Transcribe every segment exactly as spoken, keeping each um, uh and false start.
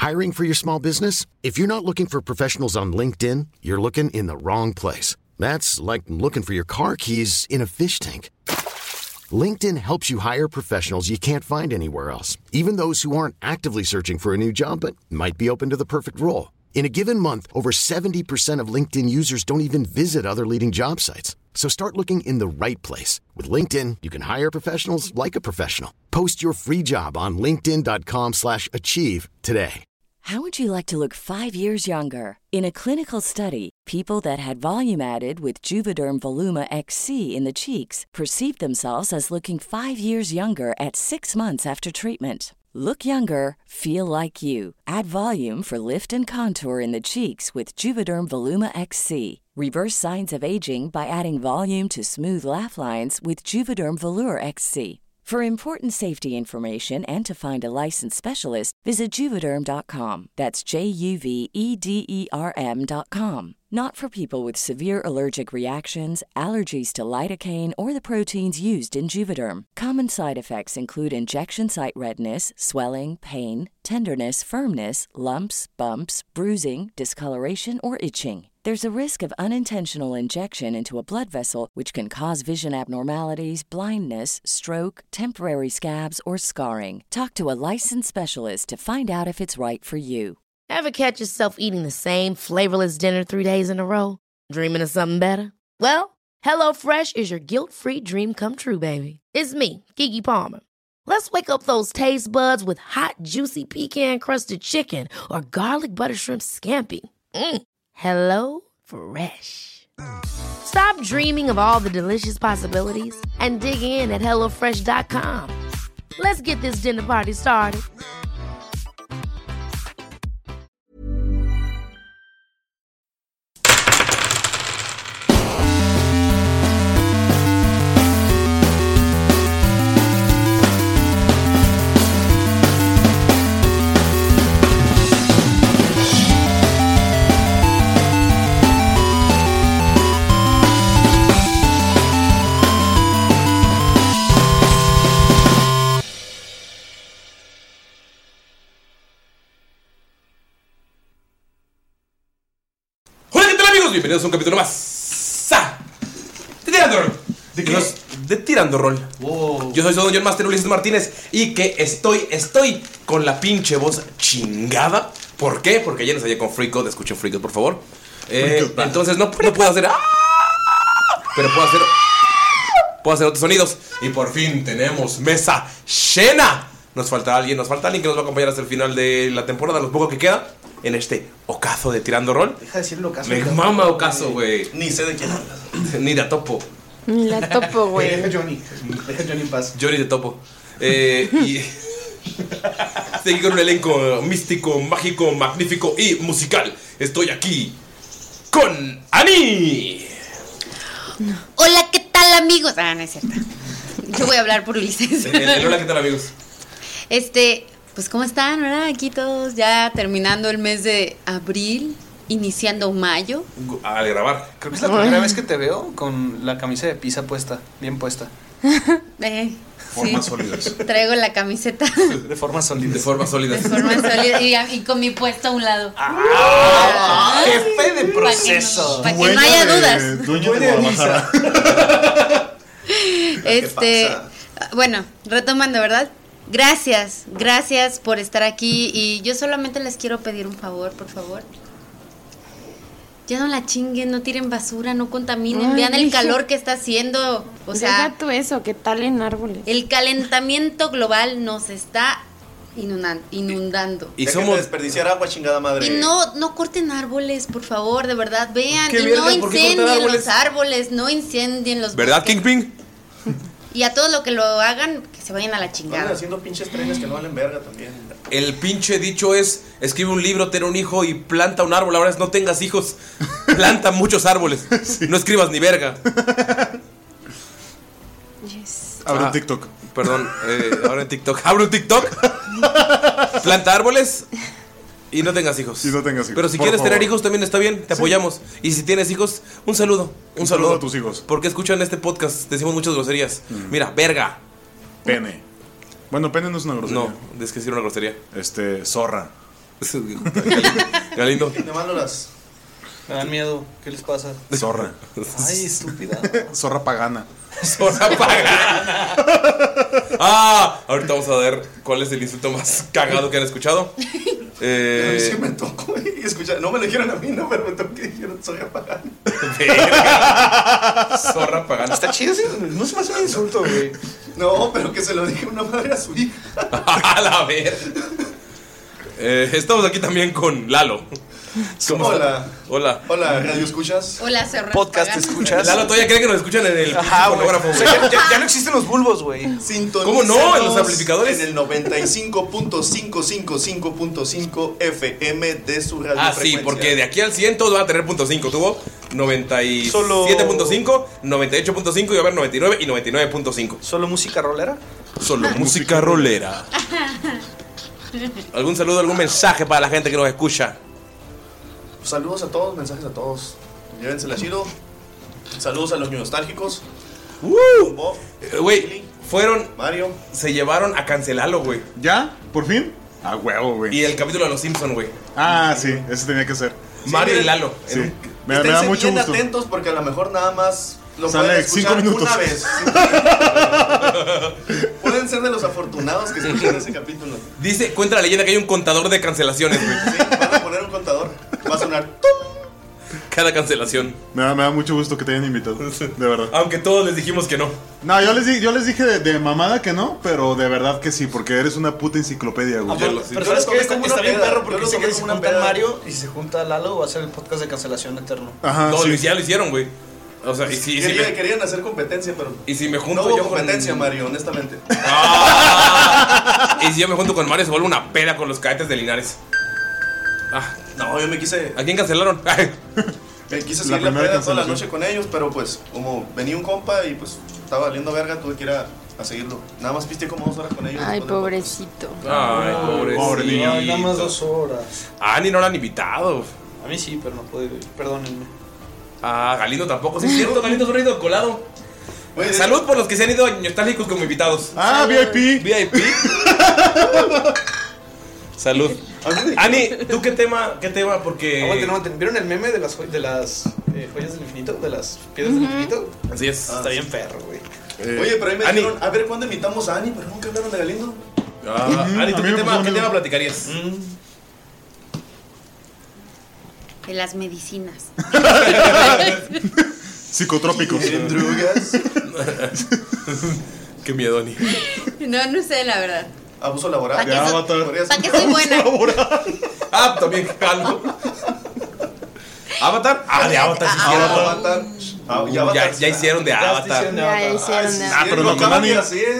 Hiring for your small business? If you're not looking for professionals on LinkedIn, you're looking in the wrong place. That's like looking for your car keys in a fish tank. LinkedIn helps you hire professionals you can't find anywhere else, even those who aren't actively searching for a new job but might be open to the perfect role. In a given month, over seventy percent of LinkedIn users don't even visit other leading job sites. So start looking in the right place. With LinkedIn, you can hire professionals like a professional. Post your free job on linkedin.com slash achieve today. How would you like to look five years younger? In a clinical study, people that had volume added with Juvederm Voluma X C in the cheeks perceived themselves as looking five years younger at six months after treatment. Look younger, feel like you. Add volume for lift and contour in the cheeks with Juvederm Voluma X C. Reverse signs of aging by adding volume to smooth laugh lines with Juvederm Volure X C. For important safety information and to find a licensed specialist, visit Juvederm dot com. That's J U V E D E R M dot com. Not for people with severe allergic reactions, allergies to lidocaine, or the proteins used in Juvederm. Common side effects include injection site redness, swelling, pain, tenderness, firmness, lumps, bumps, bruising, discoloration, or itching. There's a risk of unintentional injection into a blood vessel, which can cause vision abnormalities, blindness, stroke, temporary scabs, or scarring. Talk to a licensed specialist to find out if it's right for you. Ever catch yourself eating the same flavorless dinner three days in a row? Dreaming of something better? Well, HelloFresh is your guilt-free dream come true, baby. It's me, Keke Palmer. Let's wake up those taste buds with hot, juicy pecan-crusted chicken or garlic butter shrimp scampi. Mm. Hello Fresh. Stop dreaming of all the delicious possibilities and dig in at hello fresh dot com. Let's get this dinner party started. Bienvenidos a un capítulo más ¡Ah! de Tirando Rol. ¿De qué? De Tirando Rol. Wow. Yo soy su John Master Ulises Martínez y que estoy, estoy con la pinche voz chingada. ¿Por qué? Porque ayer ensayé con Freakcode. Escuchen Freakcode, por favor. Eh, entonces no, no puedo hacer ¡ah! Pero puedo hacer Puedo hacer otros sonidos. Y por fin tenemos mesa llena. Nos falta alguien, nos falta alguien que nos va a acompañar hasta el final de la temporada, lo poco que queda en este ocaso de Tirando Rol. Deja de decirle ocaso. Me mama ocaso, güey. Ni sé de quién hablas. Ni de topo. Ni la topo, güey. Deja a Johnny. Deja a Johnny en paz. Johnny de topo. Eh, y estoy con un elenco místico, mágico, magnífico y musical. Estoy aquí con Ani. No. Hola, ¿qué tal, amigos? Ah, no es cierto. Yo voy a hablar por Ulises. El, el hola, ¿qué tal, amigos? Este, pues, ¿cómo están? ¿Verdad? Aquí todos ya terminando el mes de abril, iniciando mayo. Al grabar. Creo que es la primera vez que te veo con la camisa de pizza puesta, bien puesta. Eh, Formas sí. sólidas. Traigo la camiseta. De formas sólidas. De formas sólidas. De forma sólida y, y con mi puesto a un lado. ¡Ah! ¡Jefe de proceso! Para que no, pa que no haya dudas. Dueño de Guadalajara. Este, bueno, retomando, ¿verdad? Gracias, gracias por estar aquí. Y yo solamente les quiero pedir un favor, por favor. Ya no la chinguen, no tiren basura, no contaminen. Ay, vean el calor que está haciendo. O sea, deja tú eso, que talen árboles. El calentamiento global nos está inundan, inundando. Y somos desperdiciar agua, chingada madre. Y no, no corten árboles, por favor, de verdad, vean. Y verga, no incendien los árboles, no incendien los ¿verdad, bosques. Kingpin? Y a todos los que lo hagan, que se vayan a la chingada. Están haciendo pinches trenes que no valen verga también. El pinche dicho es: escribe un libro, ten un hijo y planta un árbol. Ahora es: no tengas hijos, planta muchos árboles. Sí. No escribas ni verga. Yes. Abre ah, un TikTok. Perdón, eh, ahora en TikTok. Abre un TikTok. Planta árboles y no tengas hijos. Y no tengas hijos. Pero si Por quieres favor. tener hijos también está bien, te Sí. apoyamos. Y si tienes hijos, un saludo. Un, Un saludo. saludo a tus hijos. Porque escuchan este podcast, decimos muchas groserías. Mm. Mira, verga. Pene. Bueno, pene no es una grosería. No, es que sí era una grosería. Este, zorra. Galindo. Me mando las. Me dan miedo. ¿Qué les pasa? Zorra. Ay, estúpida. Zorra pagana. Zorra pagana. Ah, ahorita vamos a ver cuál es el insulto más cagado que han escuchado. Eh, a mí sí me tocó, güey. Escucha, no me lo dijeron a mí, no, pero me tocó que dijeron zorra pagana. Zorra pagana. Está chido, ¿sí? No se me hace un insulto, güey. No, pero que se lo dije una madre a su hija. A la ver. Eh, estamos aquí también con Lalo. ¿Cómo Hola. Hola. Hola, ¿radio escuchas? Hola, zorra. Podcast pagana. escuchas. Lalo todavía cree que nos escuchan en el fonógrafo. O sea, ya, ya, ya no existen los bulbos, güey. ¿Cómo no? En los amplificadores. En el noventa y cinco punto quinientos cincuenta y cinco punto cinco F M de su radio. Ah, sí, porque de aquí al cien todos van a tener punto cinco. Tuvo noventa y siete punto cinco, noventa y ocho punto cinco y va a haber noventa y nueve y noventa y nueve punto cinco. ¿Solo música rolera? Solo música rolera. ¿Algún saludo, algún mensaje para la gente que nos escucha? Saludos a todos, mensajes a todos. Llévensela chido. Saludos a los nostálgicos. Güey, uh, fueron. Mario. Se llevaron a cancelarlo, güey. ¿Ya? ¿Por fin? Ah, huevo, güey. Y el capítulo de los Simpsons, güey. Ah, sí, ese tenía que ser. Sí, Mario miren, y Lalo. Sí. Me, me da mucho bien gusto. Atentos porque a lo mejor nada más lo sale pueden escuchar cinco minutos. Una vez. Pueden ser de los afortunados que escuchan ese capítulo. Dice, cuenta la leyenda que hay un contador de cancelaciones, güey. Sí, van a poner un contador. Va a sonar ¡tum! Cada cancelación. Me da, me da mucho gusto que te hayan invitado. De verdad. Aunque todos les dijimos que no. No, yo les, di, yo les dije de, de mamada que no, pero de verdad que sí, porque eres una puta enciclopedia, güey. Pero, pero ¿sabes qué? Está, está bien perro porque sé que si se junta Mario y se junta Lalo va a ser el podcast de cancelación eterno. Ajá, no, sí. ya lo hicieron, güey. O sea, y si, y Quería, si me... querían hacer competencia, pero y si me junto no hubo yo competencia, con... Mario, honestamente. Ah, y si yo me junto con Mario se vuelve una peda con los cadetes de Linares. Ah, no, yo me quise. ¿A quién cancelaron? Me quise seguir la, la peda toda la noche con ellos, pero pues como venía un compa y pues estaba valiendo verga, tuve que ir a, a seguirlo. Nada más piste como dos horas con ellos. Ay, pobrecito. Ay, pobrecito. Pobre niño. Ay, nada más dos horas. Ah, ni no lo han invitado. A mí sí, pero no puedo ir. Perdónenme. Ah, Galindo tampoco. Sí, es cierto, Galindo es un ido colado. Oye, salud por los que se han ido nostálgicos como invitados. Ah, V I P. V I P. Salud. Ani, ¿tú qué tema? ¿Qué tema? Porque. Aguante, no, aguante. ¿Vieron el meme de las, de las eh, joyas del infinito? De las piedras uh-huh. del infinito. Así es. Ah, está bien perro, güey. Eh, Oye, pero ahí me Ani. dijeron, a ver cuándo invitamos a Ani, pero nunca hablaron de Galindo. Ah, uh-huh. Ani, ¿tú qué tema, qué tema platicarías? Mm. De las medicinas. Psicotrópicos. ¿En drogas? Qué miedo, Ani. No, no sé, la verdad. Abuso laboral. ¿Para qué, so, ¿pa que soy buena? Ah, también calmo. ¿Avatar? Ah, de Avatar. Ah, sí, Avatar. Avatar. Ah, uh, ya, ya hicieron de Avatar. Ya hicieron de Avatar. Ah, pero no con Ani.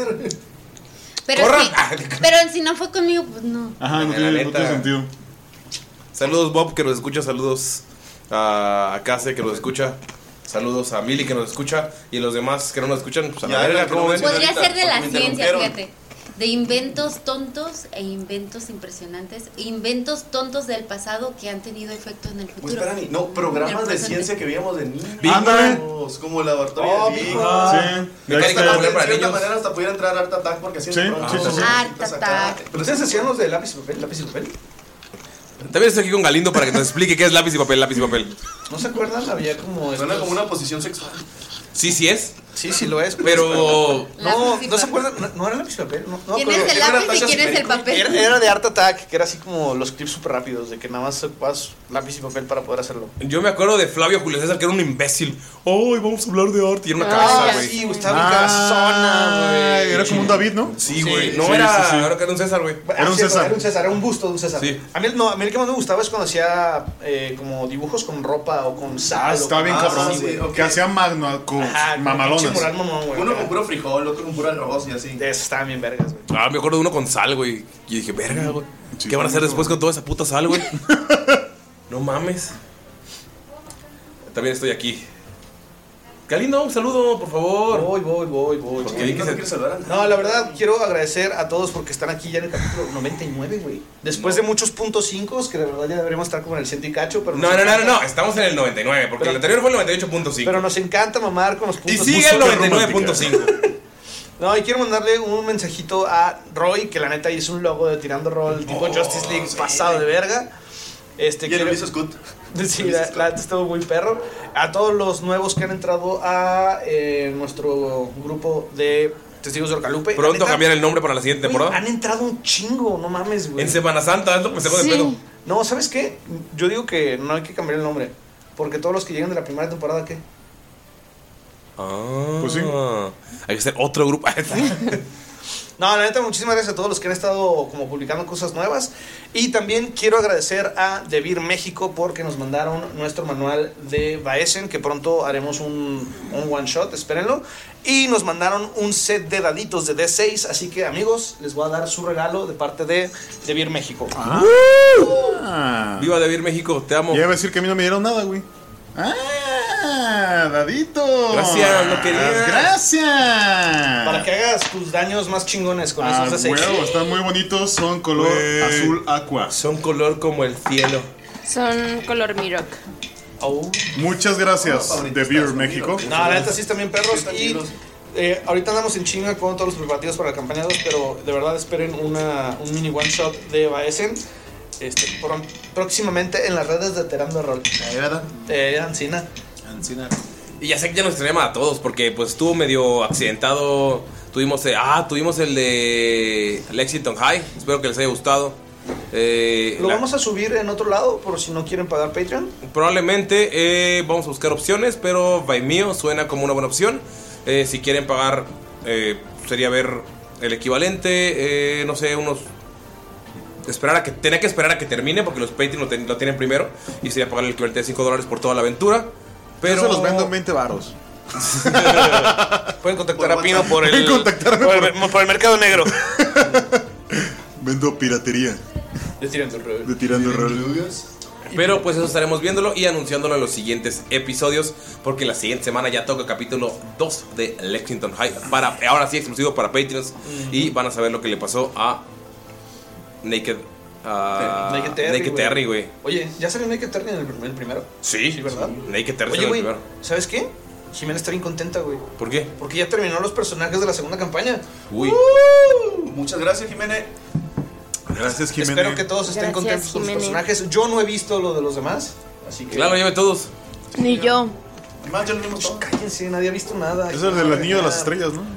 Pero si, pero si no fue conmigo, pues no. Ajá, no tiene, no tiene sentido. Saludos Bob que nos escucha, saludos a Case que nos escucha, saludos a Mili que nos escucha y los demás que no nos escuchan, pues a la verga, ¿cómo ven? Podría ser de la ciencia, fíjate. De inventos tontos e inventos impresionantes, inventos tontos del pasado que han tenido efectos en el futuro. Pues espera, no, programas de ciencia que veíamos de niños. Ándale. Como el laboratorio oh, de Big. Sí. Mecánica popular para niños. De cierta manera hasta pudiera entrar Art Attack porque así sí, sí, sí, sí. Art Attack. Pero ustedes hacían los de lápiz y papel, lápiz y papel. También estoy aquí con Galindo para que nos explique qué es lápiz y papel, lápiz y papel. ¿No se acuerdan? Había como... Suena como una posición sexual. Sí, sí es. Sí, sí lo es. Pero... No, ¿no se acuerdan? ¿No, no era lápiz y papel? No, no, ¿Quién es el lápiz y quién es el papel? Era, era de Art Attack, que era así como los clips súper rápidos, de que nada más ocupas lápiz y papel para poder hacerlo. Yo me acuerdo de Flavio Julio César, que era un imbécil. ¡Ay, vamos a hablar de arte! Y era una cabeza, güey. Sí, estaba bien cabezona, güey. Era como un David, ¿no? Sí, güey. Sí, no sí, era... sí, sí. Ahora que era un César, güey. Era un César. Era un César, era un busto de un César. Sí. A mí, no, a mí el que más me gustaba es cuando hacía eh, como dibujos con ropa o con sal. Ah, estaba bien ah, cabrón. sí, okay. Que hacía magno con Ajá, mamalonas. Mural, mamón, güey. Uno con puro frijol, otro con puro arroz y así. De eso estaban bien vergas, güey. Ah, me acuerdo de uno con sal, güey. Y dije, verga, güey. Sí, ¿Qué van a hacer no, después no. con toda esa puta sal, güey? No mames. También estoy aquí. Galindo, un saludo, por favor. Voy, voy, voy, voy. Porque vi que no, se... quiero saludar. No, la verdad, quiero agradecer a todos porque están aquí ya en el capítulo noventa y nueve, güey. Después no. de muchos puntos cinco, que de verdad ya deberíamos estar como en el ciento y cacho, pero No, no, no, no, no, estamos en el noventa y nueve, porque pero, el anterior fue el noventa y ocho punto cinco. Pero nos encanta mamar con los puntos Y sigue el noventa y nueve punto cinco. No, y quiero mandarle un mensajito a Roy, que la neta hizo un logo de Tirando Roll tipo oh, Justice League sí. pasado de verga. Este, y quiero... el hizo Scoot. Sí, la, la neta estuvo muy perro. A todos los nuevos que han entrado a eh, nuestro grupo de Testigos de Orcalupe. Pronto neta, cambiar el nombre para la siguiente temporada. Wey, han entrado un chingo, no mames, güey. En Semana Santa, es lo que me sacó sí. de pedo. No, ¿sabes qué? Yo digo que no hay que cambiar el nombre. Porque todos los que llegan de la primera temporada, ¿qué? Ah, pues sí. Hay que hacer otro grupo. No, la neta, muchísimas gracias a todos los que han estado como publicando cosas nuevas. Y también quiero agradecer a Devir México porque nos mandaron nuestro manual de Baesen, que pronto haremos un, un one shot, espérenlo. Y nos mandaron un set de daditos de D seis, así que amigos, les voy a dar su regalo de parte de Devir México. Ah. Ah. ¡Viva Devir México! Te amo. Ya iba a decir que a mí no me dieron nada, güey. ¡Ah! ¡Dadito! Gracias, lo quería. ¡Gracias! Para que hagas tus daños más chingones con ah, esos de seis. Huevo, están muy bonitos, son color wey. azul aqua. Son color como el cielo. Son color Mirok. Oh. Muchas gracias, oh, The Beer México. No, la neta sí están bien perros. Y eh, ahorita andamos en chinga con todos los preparativos para la campaña dos, pero de verdad esperen una, un mini one shot de Baesen. Este, por, próximamente en las redes de Tirando Roll. ¿Eh, verdad? Eh, Ancina. Ancina. Y ya sé que ya nos extrañamos a todos porque pues estuvo medio accidentado. Tuvimos, eh, ah, tuvimos el de Lexington High. Espero que les haya gustado. Eh, Lo la... vamos a subir en otro lado por si no quieren pagar Patreon. Probablemente eh, vamos a buscar opciones, pero By Mío suena como una buena opción. Eh, si quieren pagar, eh, sería ver el equivalente, eh, no sé, unos... Esperar a que, tenía que esperar a que termine porque los Patreon lo, ten, lo tienen primero. Y sería pagar el equivalente de cinco dólares por toda la aventura. Pero yo se los vendo en veinte varos. Pueden contactar a Pino por el, por, por, el, por el mercado negro. Vendo piratería. De Tirando Roll. De Tirando Roll. Pero pues eso estaremos viéndolo y anunciándolo en los siguientes episodios. Porque la siguiente semana ya toca capítulo dos de Lexington High. Para, ahora sí exclusivo para Patreons. Mm-hmm. Y van a saber lo que le pasó a Naked, uh, Naked Terry, Naked Terry, güey. Oye, ¿ya salió Naked Terry en el, el primero? Sí, sí, ¿verdad? Sí. Naked Terry. Oye, güey, ¿sabes qué? Jimena está bien contenta, güey. ¿Por qué? Porque ya terminó los personajes de la segunda campaña. Uy. Uh, muchas gracias, Jimena. Gracias, Jimena. Espero que todos estén gracias, contentos con Jimena. los personajes. Yo no he visto lo de los demás, así que... Claro, lleve todos. Ni yo. Además, ya lo vimos todo. Cállense, nadie ha visto nada. Es el del anillo de las estrellas, ¿no?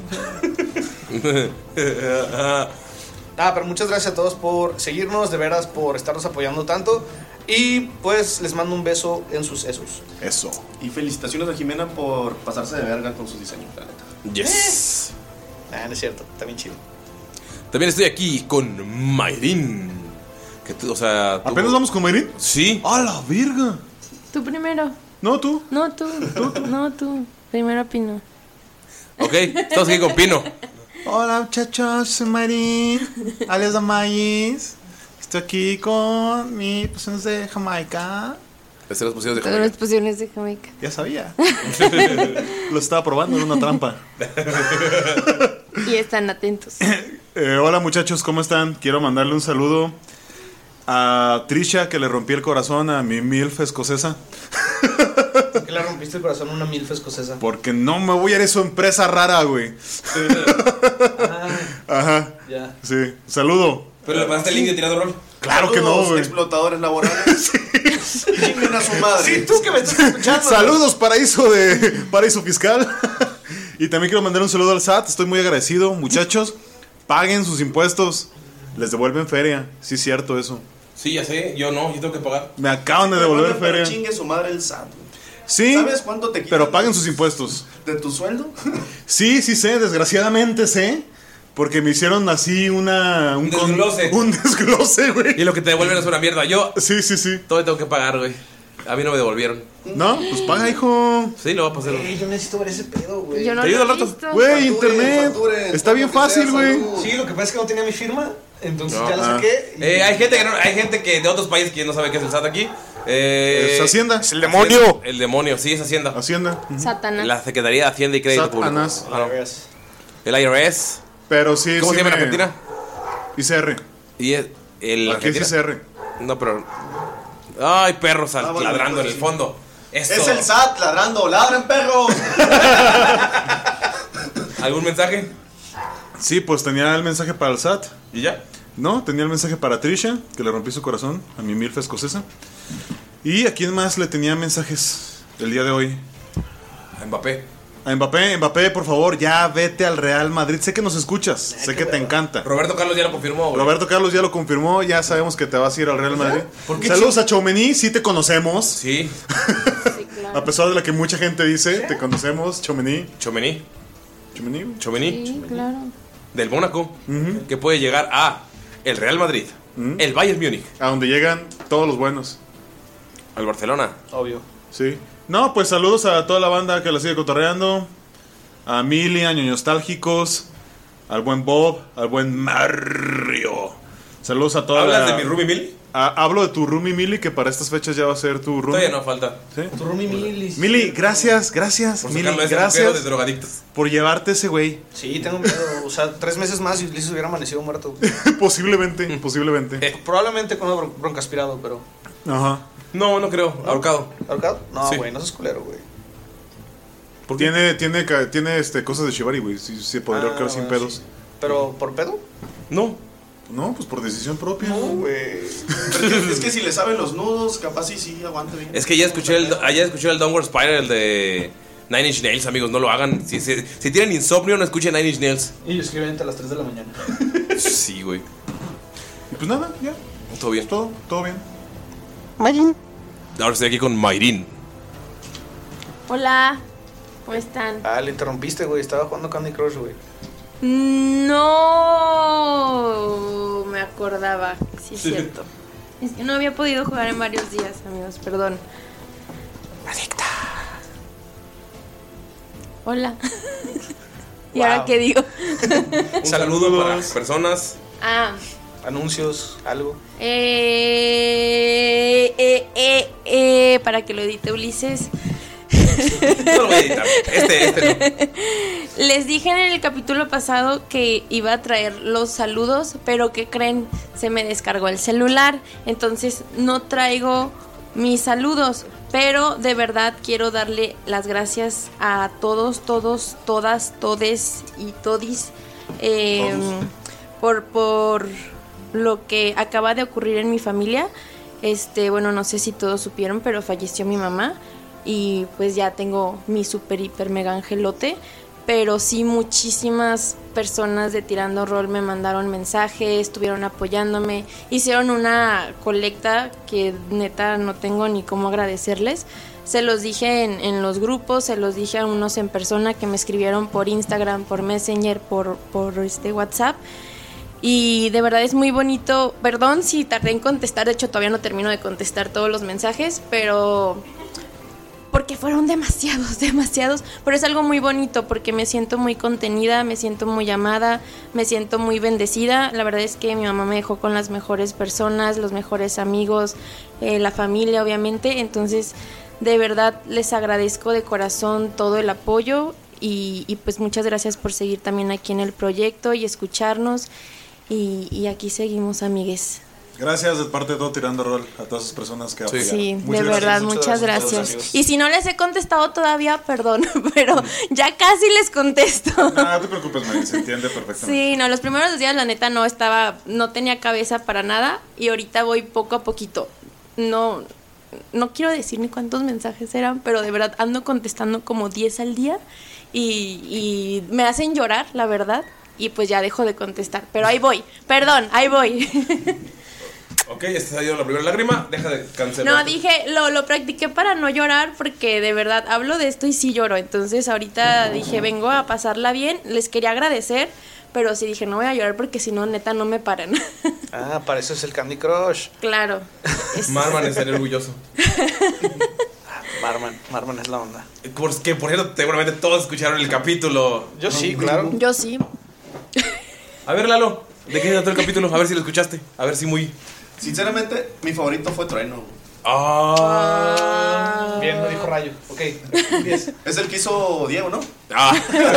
Ah, pero muchas gracias a todos por seguirnos, de veras, por estarnos apoyando tanto. Y pues les mando un beso en sus esos. Eso. Y felicitaciones a Jimena por pasarse de verga con sus diseños, la neta. Yes. Eh. Ah, no es cierto, está bien chido. También estoy aquí con Mayrin. Que tú, o sea, ¿apenas tú... vamos con Mayrin? Sí. ¡A la verga! Tú primero. No, tú. No, tú. ¿Tú? No, tú. Primero Pino. Ok, estamos aquí con Pino. Hola muchachos, soy Mayrin, alias Damayis. Estoy aquí con mis pociones de Jamaica. Estas las pociones de Jamaica. Las pociones de Jamaica. Ya sabía. Lo estaba probando en una trampa. Y están atentos. eh, hola muchachos, ¿cómo están? Quiero mandarle un saludo a Trisha, que le rompí el corazón a mi milf escocesa. ¿Por qué le rompiste el corazón a una milf escocesa? Porque no me voy a ir a su empresa rara, güey. Ah, ajá. Ya. Sí, saludo. Pero le mandaste el link de Tirando Roll. Claro que no, güey. Explotadores laborales. Sí. Chingan a su madre. Sí, tú que me estás escuchando. Saludos, paraíso de paraíso fiscal. Y también quiero mandar un saludo al S A T. Estoy muy agradecido, muchachos. Paguen sus impuestos. Les devuelven feria. Sí, es cierto eso. Sí, ya sé. Yo no, yo tengo que pagar. Me acaban de devolver pero feria. Chingue su madre el S A T. Sí. ¿Sabes cuánto te quitan? Pero paguen sus impuestos. ¿De tu sueldo? Sí, sí sé. Desgraciadamente sé. Porque me hicieron así una... Un, un desglose. Con, un desglose, güey. Y lo que te devuelven es una mierda. Yo... Sí, sí, sí. Todavía tengo que pagar, güey. A mí no me devolvieron. No, pues paga, hijo. Sí, lo va a pasar. Hey, yo necesito ver ese pedo, güey. Yo no te ayudo al lo he rato. visto. Güey, internet. Facturen, está bien fácil, güey. Sí, lo que pasa es que no tenía mi firma. Entonces No, ya la ah. saqué. y- Eh, hay gente que no, hay gente que de otros países que no sabe qué es el S A T aquí. Eh, Es Hacienda. Es el demonio. El demonio, sí, es Hacienda. Hacienda. Satanás. La Secretaría de Hacienda y Crédito Satanás. Público. A ver, es- El I R S. Pero sí, ¿Cómo sí se llama en me- Argentina? I C R. Y es el Aquí es I Argentina. C R. No, pero. Ay, perros al- Ah, bueno, ladrando pues, en el sí. fondo. Esto. Es el S A T ladrando. ¡Ladren, perros! ¿Algún mensaje? Sí, pues tenía el mensaje para el S A T. ¿Y ya? No, tenía el mensaje para Trisha, que le rompí su corazón, a mi milfa escocesa. ¿Y a quién más le tenía mensajes el día de hoy? A Mbappé. A Mbappé, Mbappé, por favor, ya vete al Real Madrid. Sé que nos escuchas, sé que te encanta. Roberto Carlos ya lo confirmó, güey. Roberto Carlos ya lo confirmó, ya sabemos que te vas a ir al Real Madrid. ¿Por qué Saludos ching- a Tchouaméni, sí te conocemos. Sí. A pesar de lo que mucha gente dice, te conocemos, Tchouaméni. Tchouaméni. Tchouaméni. Tchouaméni. Sí, claro. Del Mónaco. Que puede llegar a el Real Madrid, el Bayern Múnich, A donde llegan todos los buenos. al Barcelona. Obvio. Sí. No, pues saludos a toda la banda que la sigue cotorreando. A Mili, a Ñoños Nostálgicos, al buen Bob, al buen Mario. Saludos a toda ¿Hablas la... de mi roomie Mili? Ah, hablo de tu roomie Mili, que para estas fechas ya va a ser tu roomie. Todavía no falta. ¿Sí? Tu roomie Mili. Mili, gracias, gracias. Por Mili, sacarlo de ese gracias pedo de drogadictos. por llevarte ese güey. Sí, tengo miedo. O sea, tres meses más y Ulises hubiera amanecido muerto. Posiblemente, posiblemente. Probablemente con un bron- broncoaspirado, pero. Ajá. No, no creo. Ahorcado. ¿Ahorcado? No, Sí. güey, no seas culero, güey. Tiene, tiene, ca- tiene este, cosas de Shibari, güey. Sí, sí, podría Ah, ahorcar sin bueno, pedos. sí. ¿Pero por pedo? No. No, pues por decisión propia. No, güey. Es que, es que si le saben los nudos, capaz sí, sí, aguante bien. Es que ya escuché el, ya escuché el Downward Spiral, el de Nine Inch Nails, amigos. No lo hagan. Si, si, si tienen insomnio, no escuchen Nine Inch Nails. Y escriben a las tres de la mañana. Sí, güey. Y pues nada, ya. Todo bien. Todo, todo bien. Mayrin. Ahora estoy aquí con Mayrin. Hola. ¿Cómo están? Ah, le interrumpiste, güey. Estaba jugando Candy Crush, güey. No me acordaba. Sí, es cierto. Es que no había podido jugar en varios días, amigos. Perdón. Adicta. Hola. ¿Y Wow. ahora qué digo? Un saludo para las personas. Ah. Anuncios, algo. Eh, eh, eh, eh, para que lo edite Ulises. No lo voy a editar. Este, este no. Les dije en el capítulo pasado que iba a traer los saludos, pero ¿qué creen? Se me descargó el celular, entonces no traigo mis saludos. Pero de verdad quiero darle las gracias a todos, todos, todas, todes y todis eh, por, por lo que acaba de ocurrir en mi familia. Este, bueno, no sé si todos supieron, pero falleció mi mamá. Y pues ya tengo mi super hiper mega angelote. Pero sí, muchísimas personas de Tirando Rol me mandaron mensajes, estuvieron apoyándome, hicieron una colecta que neta no tengo ni cómo agradecerles. Se los dije en, en los grupos, se los dije a unos en persona que me escribieron por Instagram, por Messenger, por, por este WhatsApp. Y de verdad es muy bonito. Perdón si tardé en contestar, de hecho todavía no termino de contestar todos los mensajes, pero... porque fueron demasiados, demasiados, pero es algo muy bonito porque me siento muy contenida, me siento muy amada, me siento muy bendecida. La verdad es que mi mamá me dejó con las mejores personas, los mejores amigos, eh, la familia obviamente, entonces de verdad les agradezco de corazón todo el apoyo y, y pues muchas gracias por seguir también aquí en el proyecto y escucharnos y, y aquí seguimos, amigues. Gracias de parte de todo Tirando Rol a todas esas personas que apoyaron. Sí, Muchas de gracias. verdad, muchas gracias. Y si no les he contestado todavía, perdón, pero ya casi les contesto. No, no te preocupes, María, se entiende perfectamente. Sí, no, los primeros días la neta no estaba, no tenía cabeza para nada y ahorita voy poco a poquito. No, no quiero decir ni cuántos mensajes eran, pero de verdad ando contestando como diez al día y, y me hacen llorar, la verdad, y pues ya dejo de contestar. Pero ahí voy, perdón, ahí voy. Ok, esta ha sido la primera lágrima. Deja de cancelar. No, dije, lo, lo practiqué para no llorar porque de verdad hablo de esto y sí lloro. Entonces ahorita dije, vengo a pasarla bien. Les quería agradecer, pero sí dije, no voy a llorar porque si no, neta, no me paran. Ah, para eso es el Candy Crush. Claro. Es- Marman estaría orgulloso. Marman, Marman es la onda. Porque por cierto, seguramente todos escucharon el capítulo. Yo sí, claro. Yo sí. A ver, Lalo, ¿de qué trató el capítulo? A ver si lo escuchaste. A ver si muy. Sinceramente, mi favorito fue Trueno. Ah. Bien, lo dijo Rayo. Ok. Es el que hizo Diego, ¿no? Ah.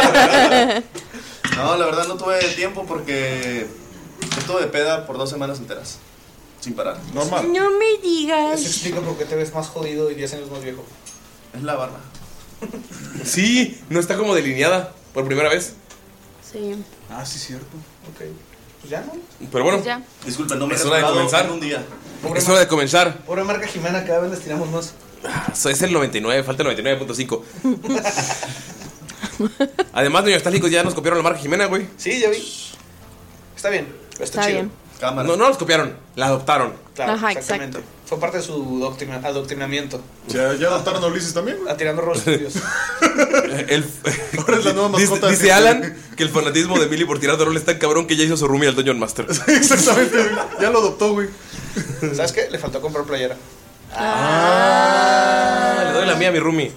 No, la verdad no tuve tiempo porque estuve de peda por dos semanas enteras. Sin parar. Normal. No me digas. Eso explica por qué te ves más jodido y diez años más viejo. Es la barba. Sí, no está como delineada por primera vez. Sí. Ah, sí, cierto. Ok. Pues ya no. Pero bueno, Pues ya. Disculpen, no me es he hora de desvelado comenzar. en un día. Es hora de comenzar. Pobre marca Jimena, cada vez les tiramos más. Ah, eso es el noventa y nueve, falta el noventa y nueve punto cinco. Además, niños nostálgicos ya nos copiaron la marca Jimena, güey. Sí, ya vi. Está bien. Está, Está chido. bien. Cámara. No, no los copiaron, la adoptaron. Claro, Ajá, exactamente. exacto. Fue parte de su doctrina- adoctrinamiento. ¿Ya, ya adoptaron a Ulises también, güey? A tirando roles tuyos. El, Ahora es la nueva dice mascota. dice Alan que el fanatismo de Millie por tirar de rol es tan cabrón que ya hizo su roomie al Dungeon Master. Exactamente, güey. Ya lo adoptó, güey. ¿Sabes qué? Le faltó comprar playera. Ah, le doy la mía a mi roomie.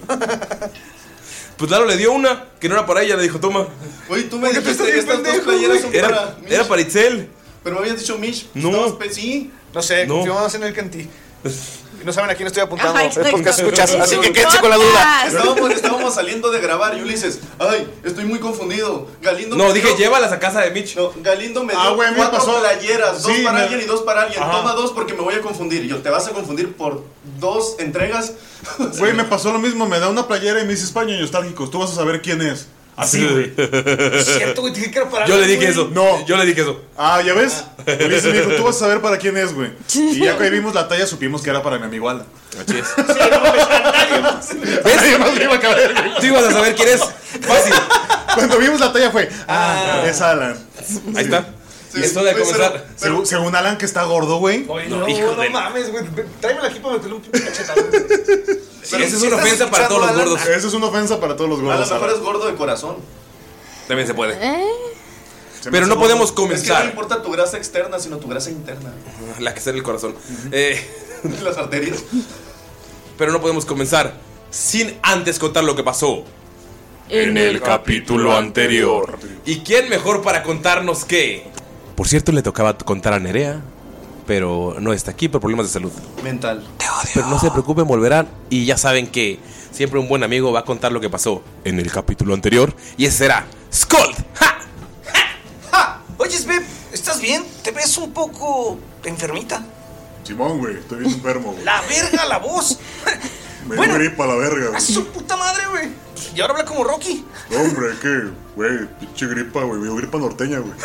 Pues Lalo le dio una, que no era para ella, le dijo, toma. Oye, tú me ¿Por qué te dijiste estás estas dos pendejo, playeras güey? son Era, para Mish. era para Itzel. Pero me habías dicho Mish. No. Estabas pe- Sí. No sé, No. confiamos en el Canti. Y no saben a quién estoy apuntando. Ajá, Es porque exacto. escuchas, Es así un que quédense con la duda. podcast. Estábamos, estábamos saliendo de grabar y Ulises, ay, estoy muy confundido. Galindo No, me dije, dio- llévalas a casa de Mitch. No, Galindo me dio Ah, güey, a mí me cuatro pasó- playeras, dos Sí, para me- alguien y dos para alguien. Ajá. Toma dos porque me voy a confundir. Y yo, ¿te vas a confundir por dos entregas? Güey, me pasó lo mismo. Me da una playera y me dice España nostálgicos. Tú vas a saber quién es. Así, güey. Es cierto, güey, te dije que era para Yo le alguien, dije güey. eso. No. Yo le dije eso. Ah, ¿ya ves? Ulises me dijo, tú vas a saber para quién es, güey. Y ya que vimos la talla, supimos que era para mi amigo Alan. Así es. Nadie más le iba a caber, güey. Tú ibas a saber quién es. Fácil. Cuando vimos la talla fue, ah, es Alan. Ahí está. Sí, es hora de pues, comenzar. pero- Según, según Alan, que está gordo, güey. Oye, No, no, hijo no de- mames, güey. Tráemela aquí para meterle un pinche cachetado. Esa es una ofensa para todos los gordos. Esa es una ofensa para todos los A lo gordos. mejor Alan. es gordo de corazón. También se puede. ¿Eh? Se me Pero hace no gordo. podemos Es que no comenzar. importa tu grasa externa, sino tu grasa interna. La que está en el corazón. Eh, Las arterias. pero no podemos comenzar sin antes contar lo que pasó En el capítulo anterior. ¿Y quién mejor para contarnos qué? Por cierto, le tocaba contar a Nerea, pero no está aquí por problemas de salud. Mental. Pero no se preocupen, volverán. Y ya saben que siempre un buen amigo va a contar lo que pasó en el capítulo anterior. Y ese será Skold. ¡Ja! ¡Ja! Oye, Sveb, ¿estás bien? Te ves un poco enfermita. Simón, güey, estoy bien enfermo, güey. La verga, la voz. Me bueno. dio gripa la verga, A güey. su puta madre, güey. Y ahora habla como Rocky. No, hombre, ¿qué? Güey, pinche gripa, güey. Me dio gripa norteña, güey.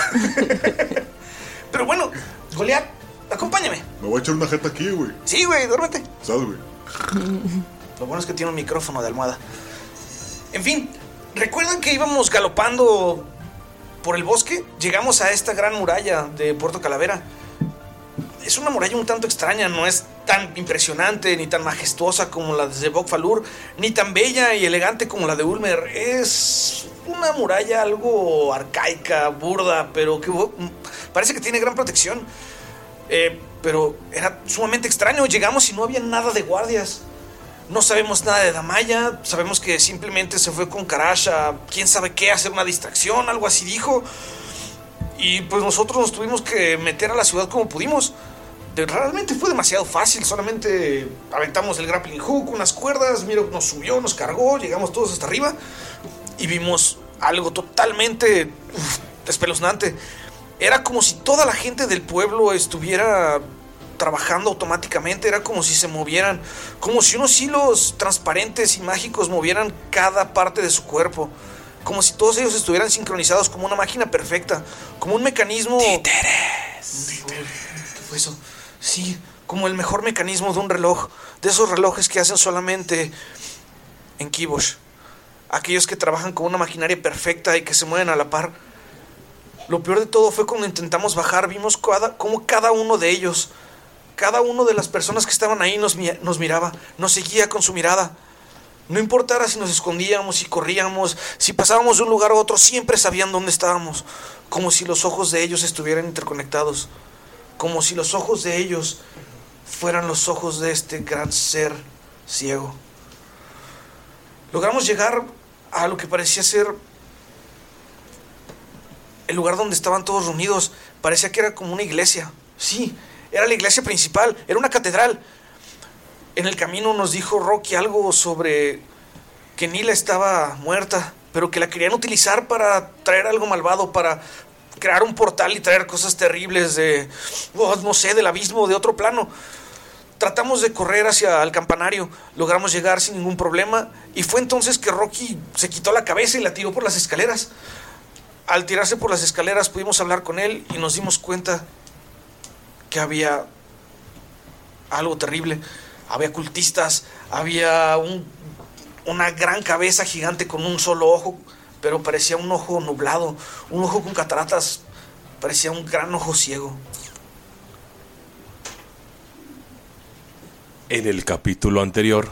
Pero bueno, Goliat, acompáñame. Me voy a echar una jeta aquí, güey. Sí, güey, duérmete. ¿Sabes, güey? Lo bueno es que tiene un micrófono de almohada. En fin, ¿recuerdan que íbamos galopando por el bosque? Llegamos a esta gran muralla de Puerto Calavera. Es una muralla un tanto extraña, no es tan impresionante ni tan majestuosa como la de Bokfalur, ni tan bella y elegante como la de Ulmer. Es una muralla algo arcaica, burda, pero que uh, parece que tiene gran protección. Eh, pero era sumamente extraño. Llegamos y no había nada de guardias. No sabemos nada de Damaya. Sabemos que simplemente se fue con Karash a quién sabe qué, a hacer una distracción, algo así dijo. Y pues nosotros nos tuvimos que meter a la ciudad como pudimos. De- realmente fue demasiado fácil. Solamente aventamos el grappling hook, unas cuerdas. Miro, nos subió, nos cargó. Llegamos todos hasta arriba. Y vimos algo totalmente uf, espeluznante. Era como si toda la gente del pueblo estuviera trabajando automáticamente. Era como si se movieran, como si unos hilos transparentes y mágicos movieran cada parte de su cuerpo. Como si todos ellos estuvieran sincronizados como una máquina perfecta, como un mecanismo... ¡Títeres! ¿Qué fue eso? Sí, como el mejor mecanismo de un reloj, de esos relojes que hacen solamente en Kibosh. Aquellos que trabajan con una maquinaria perfecta y que se mueven a la par. Lo peor de todo fue cuando intentamos bajar, vimos cada, cómo cada uno de ellos, cada uno de las personas que estaban ahí nos, mi- nos miraba, nos seguía con su mirada. No importara si nos escondíamos, si corríamos, si pasábamos de un lugar a otro, siempre sabían dónde estábamos. Como si los ojos de ellos estuvieran interconectados. Como si los ojos de ellos fueran los ojos de este gran ser ciego. Logramos llegar a lo que parecía ser el lugar donde estaban todos reunidos. Parecía que era como una iglesia. Sí, era la iglesia principal, era una catedral. En el camino nos dijo Rocky algo sobre que Nila estaba muerta, pero que la querían utilizar para traer algo malvado, para crear un portal y traer cosas terribles de, oh, no sé, del abismo, de otro plano. Tratamos de correr hacia el campanario, logramos llegar sin ningún problema, y fue entonces que Rocky se quitó la cabeza y la tiró por las escaleras. al tirarse por las escaleras pudimos hablar con él y nos dimos cuenta que había algo terrible. Había cultistas, había un, una gran cabeza gigante con un solo ojo, pero parecía un ojo nublado, un ojo con cataratas, parecía un gran ojo ciego. En el capítulo anterior.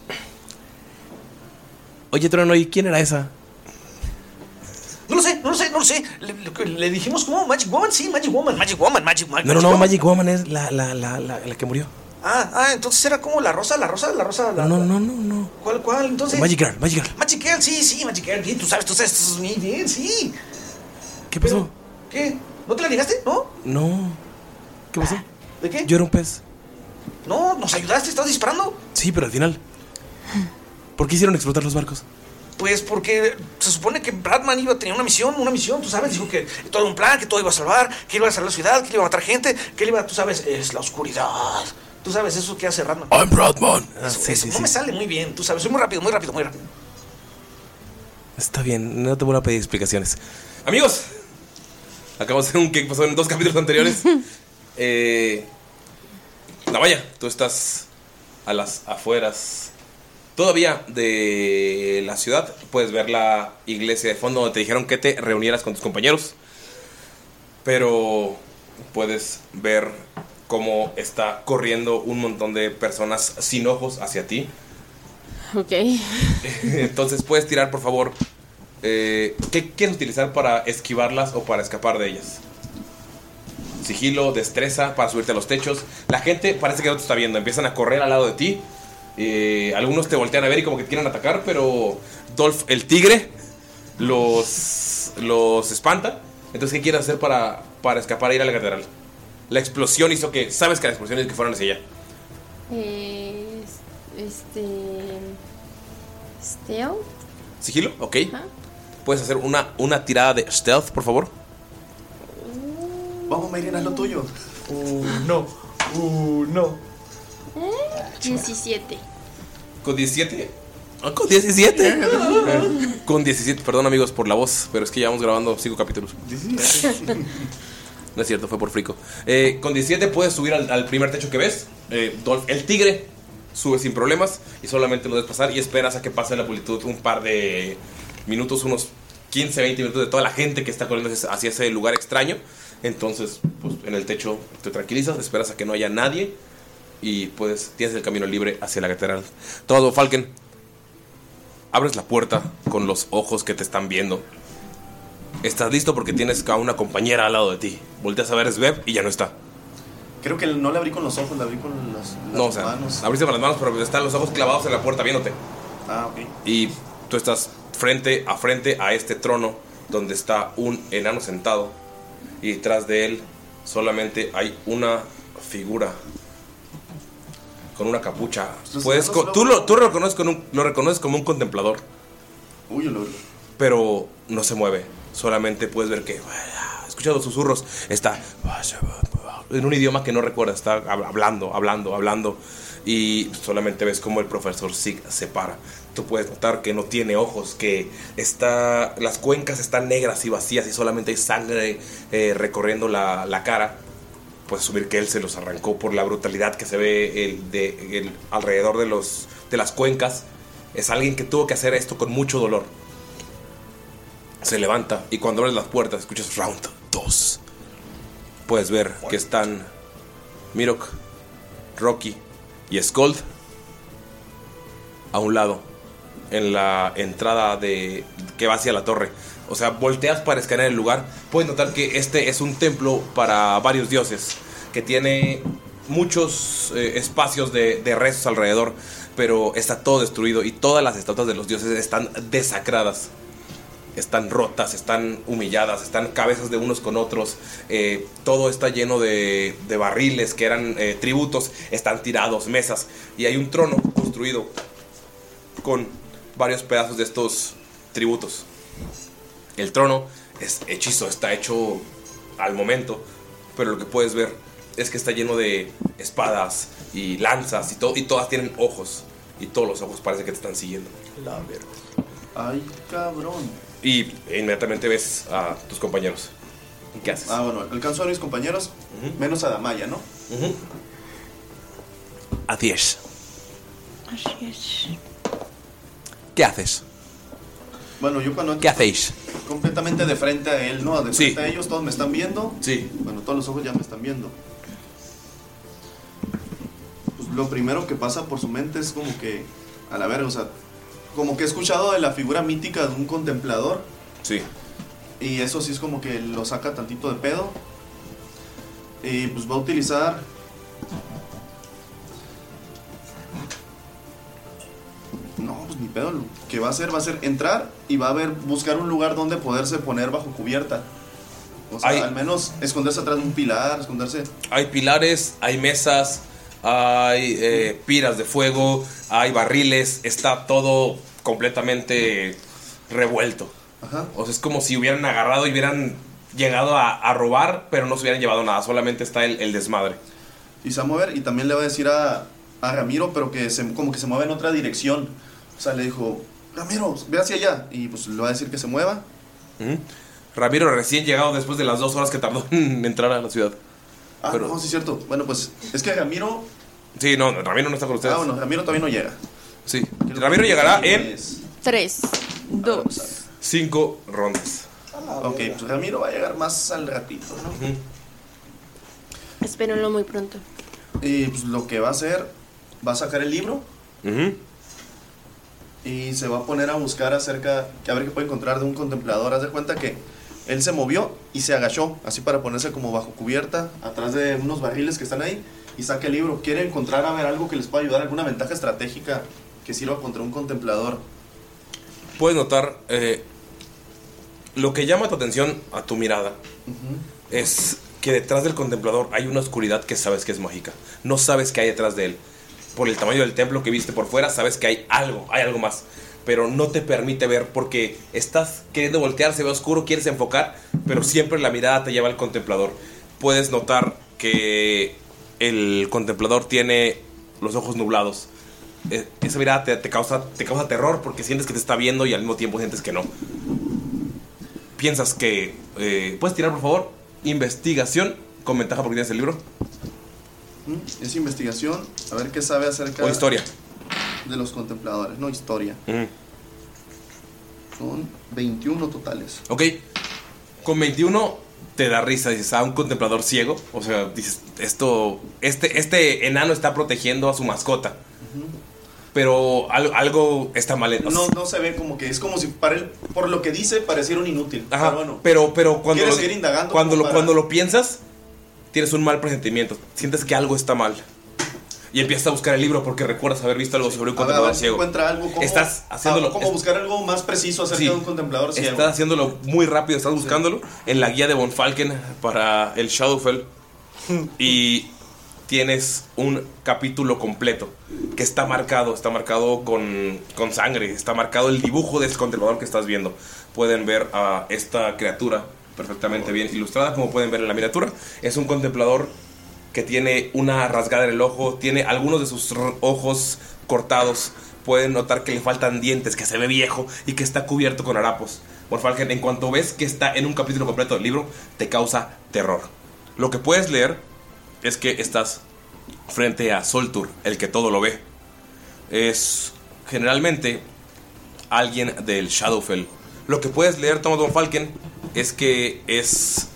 Oye, Trono, ¿y quién era esa? No lo sé, no lo sé, no lo sé. Le, le, le dijimos como Magic Woman, sí, Magic Woman, Magic Woman, Magic Woman. No, no, no, Magic Woman es la, la, la, la, la que murió. Ah, ah, entonces era como la rosa, la rosa, la rosa. La, no, no, no, no. ¿Cuál, cuál? Entonces. Magic Girl, Magic Girl. Magic Girl, sí, sí, Magic Girl. Sí, tú sabes, tú sabes, tú sabes, bien, sí. ¿Qué pasó? Pero, ¿qué? ¿No te la ligaste? ¿No? No. ¿Qué pasó? ¿De qué? Yo era un pez. No, nos ayudaste, estabas disparando. Sí, pero al final. ¿Por qué hicieron explotar los barcos? Pues porque se supone que Bradman iba a tener una misión, una misión, tú sabes, dijo que todo era un plan, que todo iba a salvar, que iba a salvar la ciudad, que iba a matar gente, que él iba, tú sabes, es la oscuridad. Tú sabes eso que hace Bradman. I'm Bradman. Ah, eso, sí, eso sí, no sí. me sale muy bien, tú sabes, soy muy rápido, muy rápido, muy rápido. Está bien, no te voy a pedir explicaciones. Amigos, acabamos de hacer un que pasó en dos capítulos anteriores. eh, Navalla, tú estás a las afueras todavía de la ciudad. Puedes ver la iglesia de fondo donde te dijeron que te reunieras con tus compañeros. Pero puedes ver cómo está corriendo un montón de personas sin ojos hacia ti. Ok. Entonces puedes tirar, por favor. Eh, ¿Qué quieres utilizar para esquivarlas o para escapar de ellas? Sigilo, destreza, para subirte a los techos. La gente parece que no te está viendo. Empiezan a correr al lado de ti. Eh, algunos te voltean a ver y como que te quieren atacar, pero Dolph, el tigre, los, los espanta. Entonces, ¿qué quieres hacer para, para escapar e ir a la catedral? La explosión hizo que... ¿Sabes que la explosión hizo que fueran hacia allá? Eh, este... Stealth. ¿Sigilo? Ok. Ajá. ¿Puedes hacer una, una tirada de stealth, por favor? Vamos, Mayrin, haz lo tuyo. Uh, no. Uh, no. ¿Eh? diecisiete. ¿Con diecisiete? Ah, ¿con diecisiete? Con diecisiete, perdón amigos por la voz, pero es que llevamos grabando cinco capítulos. No es cierto, fue por frico. Eh, con diecisiete puedes subir al, al primer techo que ves. Eh, Dolph, el tigre, sube sin problemas y solamente lo debes pasar y esperas a que pase la multitud un par de minutos, unos quince, veinte minutos de toda la gente que está corriendo hacia ese lugar extraño. Entonces, pues en el techo te tranquilizas, esperas a que no haya nadie y pues tienes el camino libre hacia la catedral. Todo, Falken, abres la puerta con los ojos que te están viendo. Estás listo porque tienes a una compañera al lado de ti. Volteas a ver a Sveb y ya no está. Creo que no la abrí con los ojos, la abrí con las, las no, o sea, manos. Abriste con las manos, pero están los ojos clavados en la puerta viéndote. Ah, ok. Y tú estás frente a frente a este trono donde está un enano sentado. Y detrás de él solamente hay una figura con una capucha. Puedes, co- tú lo, tú lo, reconoces con un, lo reconoces como un contemplador. Uy, lo... Pero no se mueve. Solamente puedes ver que, escucha los susurros, está en un idioma que no recuerdas. Está hablando, hablando, hablando. Y solamente ves como el profesor Sig se para. Tú puedes notar que no tiene ojos, que está, las cuencas están negras y vacías y solamente hay sangre eh, recorriendo la, la cara. Puedes asumir que él se los arrancó por la brutalidad que se ve el, de, el, alrededor de, los, de las cuencas. Es alguien que tuvo que hacer esto con mucho dolor. Se levanta y cuando abres las puertas escuchas round dos. Puedes ver que están Mirok, Rocky y Skold a un lado en la entrada de que va hacia la torre. O sea, volteas para escanear el lugar. Puedes notar que este es un templo para varios dioses, que tiene muchos eh, espacios de, de rezos alrededor, pero está todo destruido y todas las estatuas de los dioses están desacradas. Están rotas, están humilladas, están cabezas de unos con otros. Eh, todo está lleno de, de barriles que eran eh, tributos. Están tirados, mesas. Y hay un trono construido con varios pedazos de estos tributos. El trono es hechizo, está hecho al momento. Pero lo que puedes ver es que está lleno de espadas y lanzas y, to- y todas tienen ojos. Y todos los ojos parece que te están siguiendo. La verdad. Ay, cabrón. Y inmediatamente ves a tus compañeros. ¿Qué haces? Ah, bueno, alcanzo a mis compañeros, uh-huh. menos a Damaya, ¿no? Uh-huh. Así es. Así es. ¿Qué haces? Bueno, yo cuando... ¿Qué hacéis? Completamente de frente a él, ¿no? De frente sí. a ellos, todos me están viendo. Sí. Bueno, todos los ojos ya me están viendo. Pues lo primero que pasa por su mente es como que... A la verga, o sea... Como que he escuchado de la figura mítica de un contemplador. Sí. Y eso sí es como que lo saca tantito de pedo. Y pues va a utilizar... No, pues ni pedo. Lo que va a hacer va a ser entrar y va a ver, buscar un lugar donde poderse poner bajo cubierta. O sea, hay, al menos esconderse atrás de un pilar, esconderse. Hay pilares, hay mesas, hay eh, piras de fuego, hay barriles, está todo completamente revuelto. Ajá. O sea, es como si hubieran agarrado y hubieran llegado a, a robar, pero no se hubieran llevado nada, solamente está el, el desmadre. Y se va a mover y también le va a decir a, a Ramiro, pero que se, como que se mueve en otra dirección. O sea, le dijo, Ramiro, ve hacia allá. Y pues le va a decir que se mueva. Uh-huh. Ramiro recién llegado después de las dos horas que tardó en entrar a la ciudad. Ah, pero... no, sí es cierto. Bueno, pues es que Ramiro... Sí, no, Ramiro no está con ustedes. Ah, bueno, Ramiro todavía no llega. Sí, Ramiro llegará en... Tres, dos, cinco rondas. Ok, pues Ramiro va a llegar más al ratito, ¿no? Uh-huh. Espérenlo muy pronto. Y pues lo que va a hacer, va a sacar el libro. Uh-huh. Y se va a poner a buscar acerca, a ver qué puede encontrar de un contemplador. Haz de cuenta que él se movió y se agachó, así para ponerse como bajo cubierta, atrás de unos barriles que están ahí, y saca el libro. Quiere encontrar a ver algo que les pueda ayudar, alguna ventaja estratégica que sirva contra un contemplador. Puedes notar, eh, lo que llama tu atención a tu mirada uh-huh. es que detrás del contemplador hay una oscuridad que sabes que es mágica. No sabes qué hay detrás de él. Por el tamaño del templo que viste por fuera, sabes que hay algo, hay algo más. Pero no te permite ver porque estás queriendo voltear, se ve oscuro, quieres enfocar, pero siempre la mirada te lleva al contemplador. Puedes notar que el contemplador tiene los ojos nublados. Esa mirada te, te, causa, te causa terror porque sientes que te está viendo y al mismo tiempo sientes que no. Piensas que... Eh, ¿puedes tirar, por favor? Investigación con ventaja porque tienes el libro. Es investigación, a ver qué sabe acerca... O historia. De los contempladores, no historia. Mm. Son veintiuno totales. Ok, con veintiuno te da risa, dices, ah, un contemplador ciego. O sea, dices, esto, este, este enano está protegiendo a su mascota. Uh-huh. Pero algo, algo está mal. En, no, no se ve como que, es como si para él, por lo que dice, pareciera un inútil. Ajá, pero bueno, pero, pero cuando, lo, seguir indagando cuando, lo, para... cuando lo piensas, tienes un mal presentimiento. Sientes que algo está mal. Y empiezas a buscar el libro porque recuerdas haber visto algo sobre un contemplador si ciego. Encuentra algo, ¿cómo, estás haciéndolo. ¿Cómo buscar algo más preciso acerca sí, de un contemplador ciego? Estás haciéndolo muy rápido, estás buscándolo sí. en la guía de Von Falken para el Shadowfell. Y tienes un capítulo completo que está marcado, está marcado con, con sangre, está marcado el dibujo de ese contemplador que estás viendo. Pueden ver a esta criatura perfectamente bien ilustrada, como pueden ver en la miniatura. Es un contemplador que tiene una rasgada en el ojo, tiene algunos de sus ojos cortados. Pueden notar que le faltan dientes, que se ve viejo y que está cubierto con harapos. Von Falken, en cuanto ves que está en un capítulo completo del libro, te causa terror. Lo que puedes leer es que estás frente a Soltur, el que todo lo ve. Es generalmente alguien del Shadowfell. Lo que puedes leer, Thomas Von Falken, es que es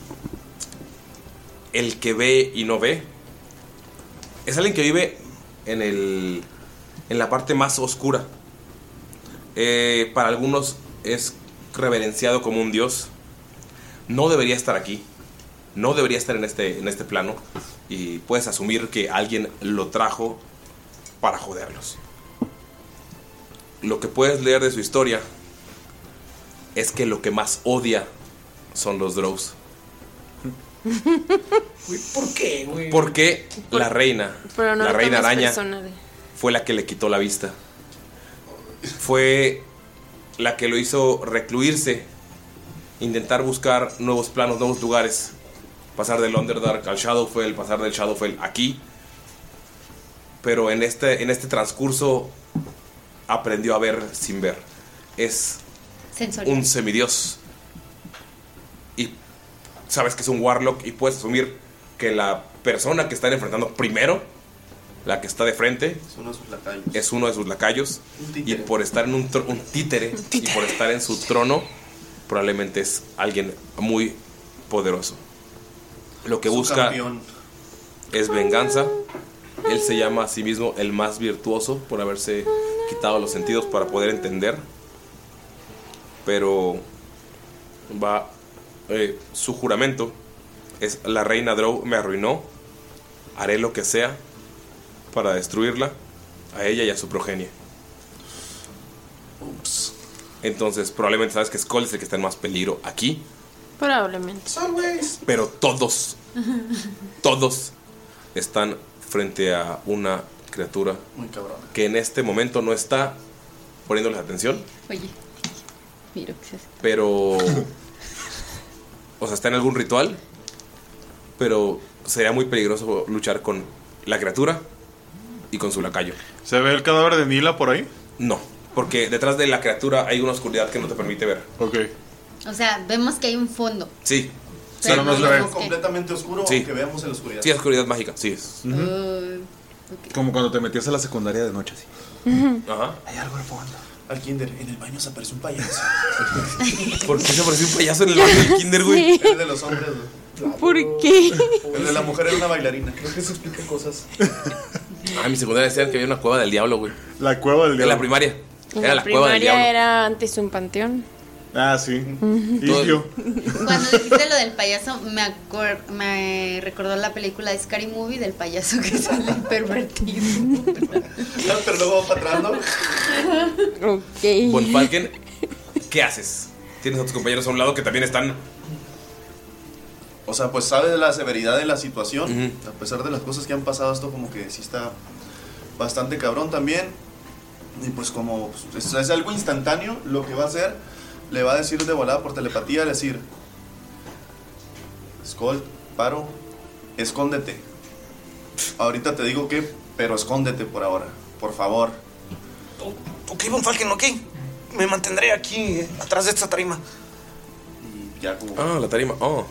el que ve y no ve. Es alguien que vive en el en la parte más oscura. Eh, para algunos es reverenciado como un dios. No debería estar aquí. No debería estar en este, en este plano. Y puedes asumir que alguien lo trajo para joderlos. Lo que puedes leer de su historia es que lo que más odia son los Drows. ¿Por qué, güey? Porque Por, la reina, pero no la reina araña, de... fue la que le quitó la vista. Fue la que lo hizo recluirse, intentar buscar nuevos planos, nuevos lugares. Pasar del Underdark al Shadowfell, pasar del Shadowfell aquí. Pero en este, en este transcurso aprendió a ver sin ver. Es Sensorial. un semidios. Y sabes que es un warlock y puedes asumir que la persona que están enfrentando primero, la que está de frente, Es uno de sus lacayos. es uno de sus lacayos. Un Y títere. por estar en un, tro- un títere, y por estar en su trono, probablemente es alguien muy poderoso. Lo que Su busca campeón. es venganza. Él se llama a sí mismo el más virtuoso por haberse quitado los sentidos para poder entender. Pero va eh, su juramento es: la reina Drow me arruinó, haré lo que sea para destruirla, a ella y a su progenie. Ups. Entonces probablemente sabes que Skull es el que está en más peligro aquí. Probablemente. Pero todos, todos están frente a una criatura Muy cabrón. que en este momento no está poniéndoles atención, Oye, mira qué es. pero... O sea, está en algún ritual, pero sería muy peligroso luchar con la criatura y con su lacayo. ¿Se ve el cadáver de Nila por ahí? No, porque detrás de la criatura hay una oscuridad que no te permite ver. Ok. O sea, vemos que hay un fondo. Sí, Pero no no se ve. vemos que- Completamente oscuro, Sí. aunque veamos en la oscuridad. sí, es oscuridad mágica, sí es. Uh, ok. Como cuando te metías a la secundaria de noche, así. Ajá. Hay algo al fondo. Al kinder, en el baño se apareció un payaso. ¿Por qué se apareció un payaso en el baño del kinder, güey? Sí. El de los hombres, güey. ¿Por qué? El de la mujer era una bailarina. Creo que eso explica cosas. Ah, en mi secundaria decían que había una cueva del diablo, güey. La cueva del En diablo. la primaria. En Era la la cueva del primaria diablo. era antes un panteón. Ah, sí. Todo- Indio. Cuando dijiste lo del payaso, me, acor- me recordó la película de Scary Movie del payaso que sale pervertido. Pero luego va para atrás, ¿no? Ok. Von Falken, ¿qué haces? Tienes a tus compañeros a un lado que también están. O sea, pues sabe de la severidad de la situación. Ujú. A pesar de las cosas que han pasado, esto como que sí está bastante cabrón también. Y pues como pues, es, es algo instantáneo, lo que va a hacer, le va a decir de volada por telepatía, decir: Skull, paro, escóndete. Ahorita te digo que, pero escóndete por ahora, por favor. Ok, Von Falken, ok. Me mantendré aquí, eh, atrás de esta tarima. Y ya como... Ah, la tarima. Oh.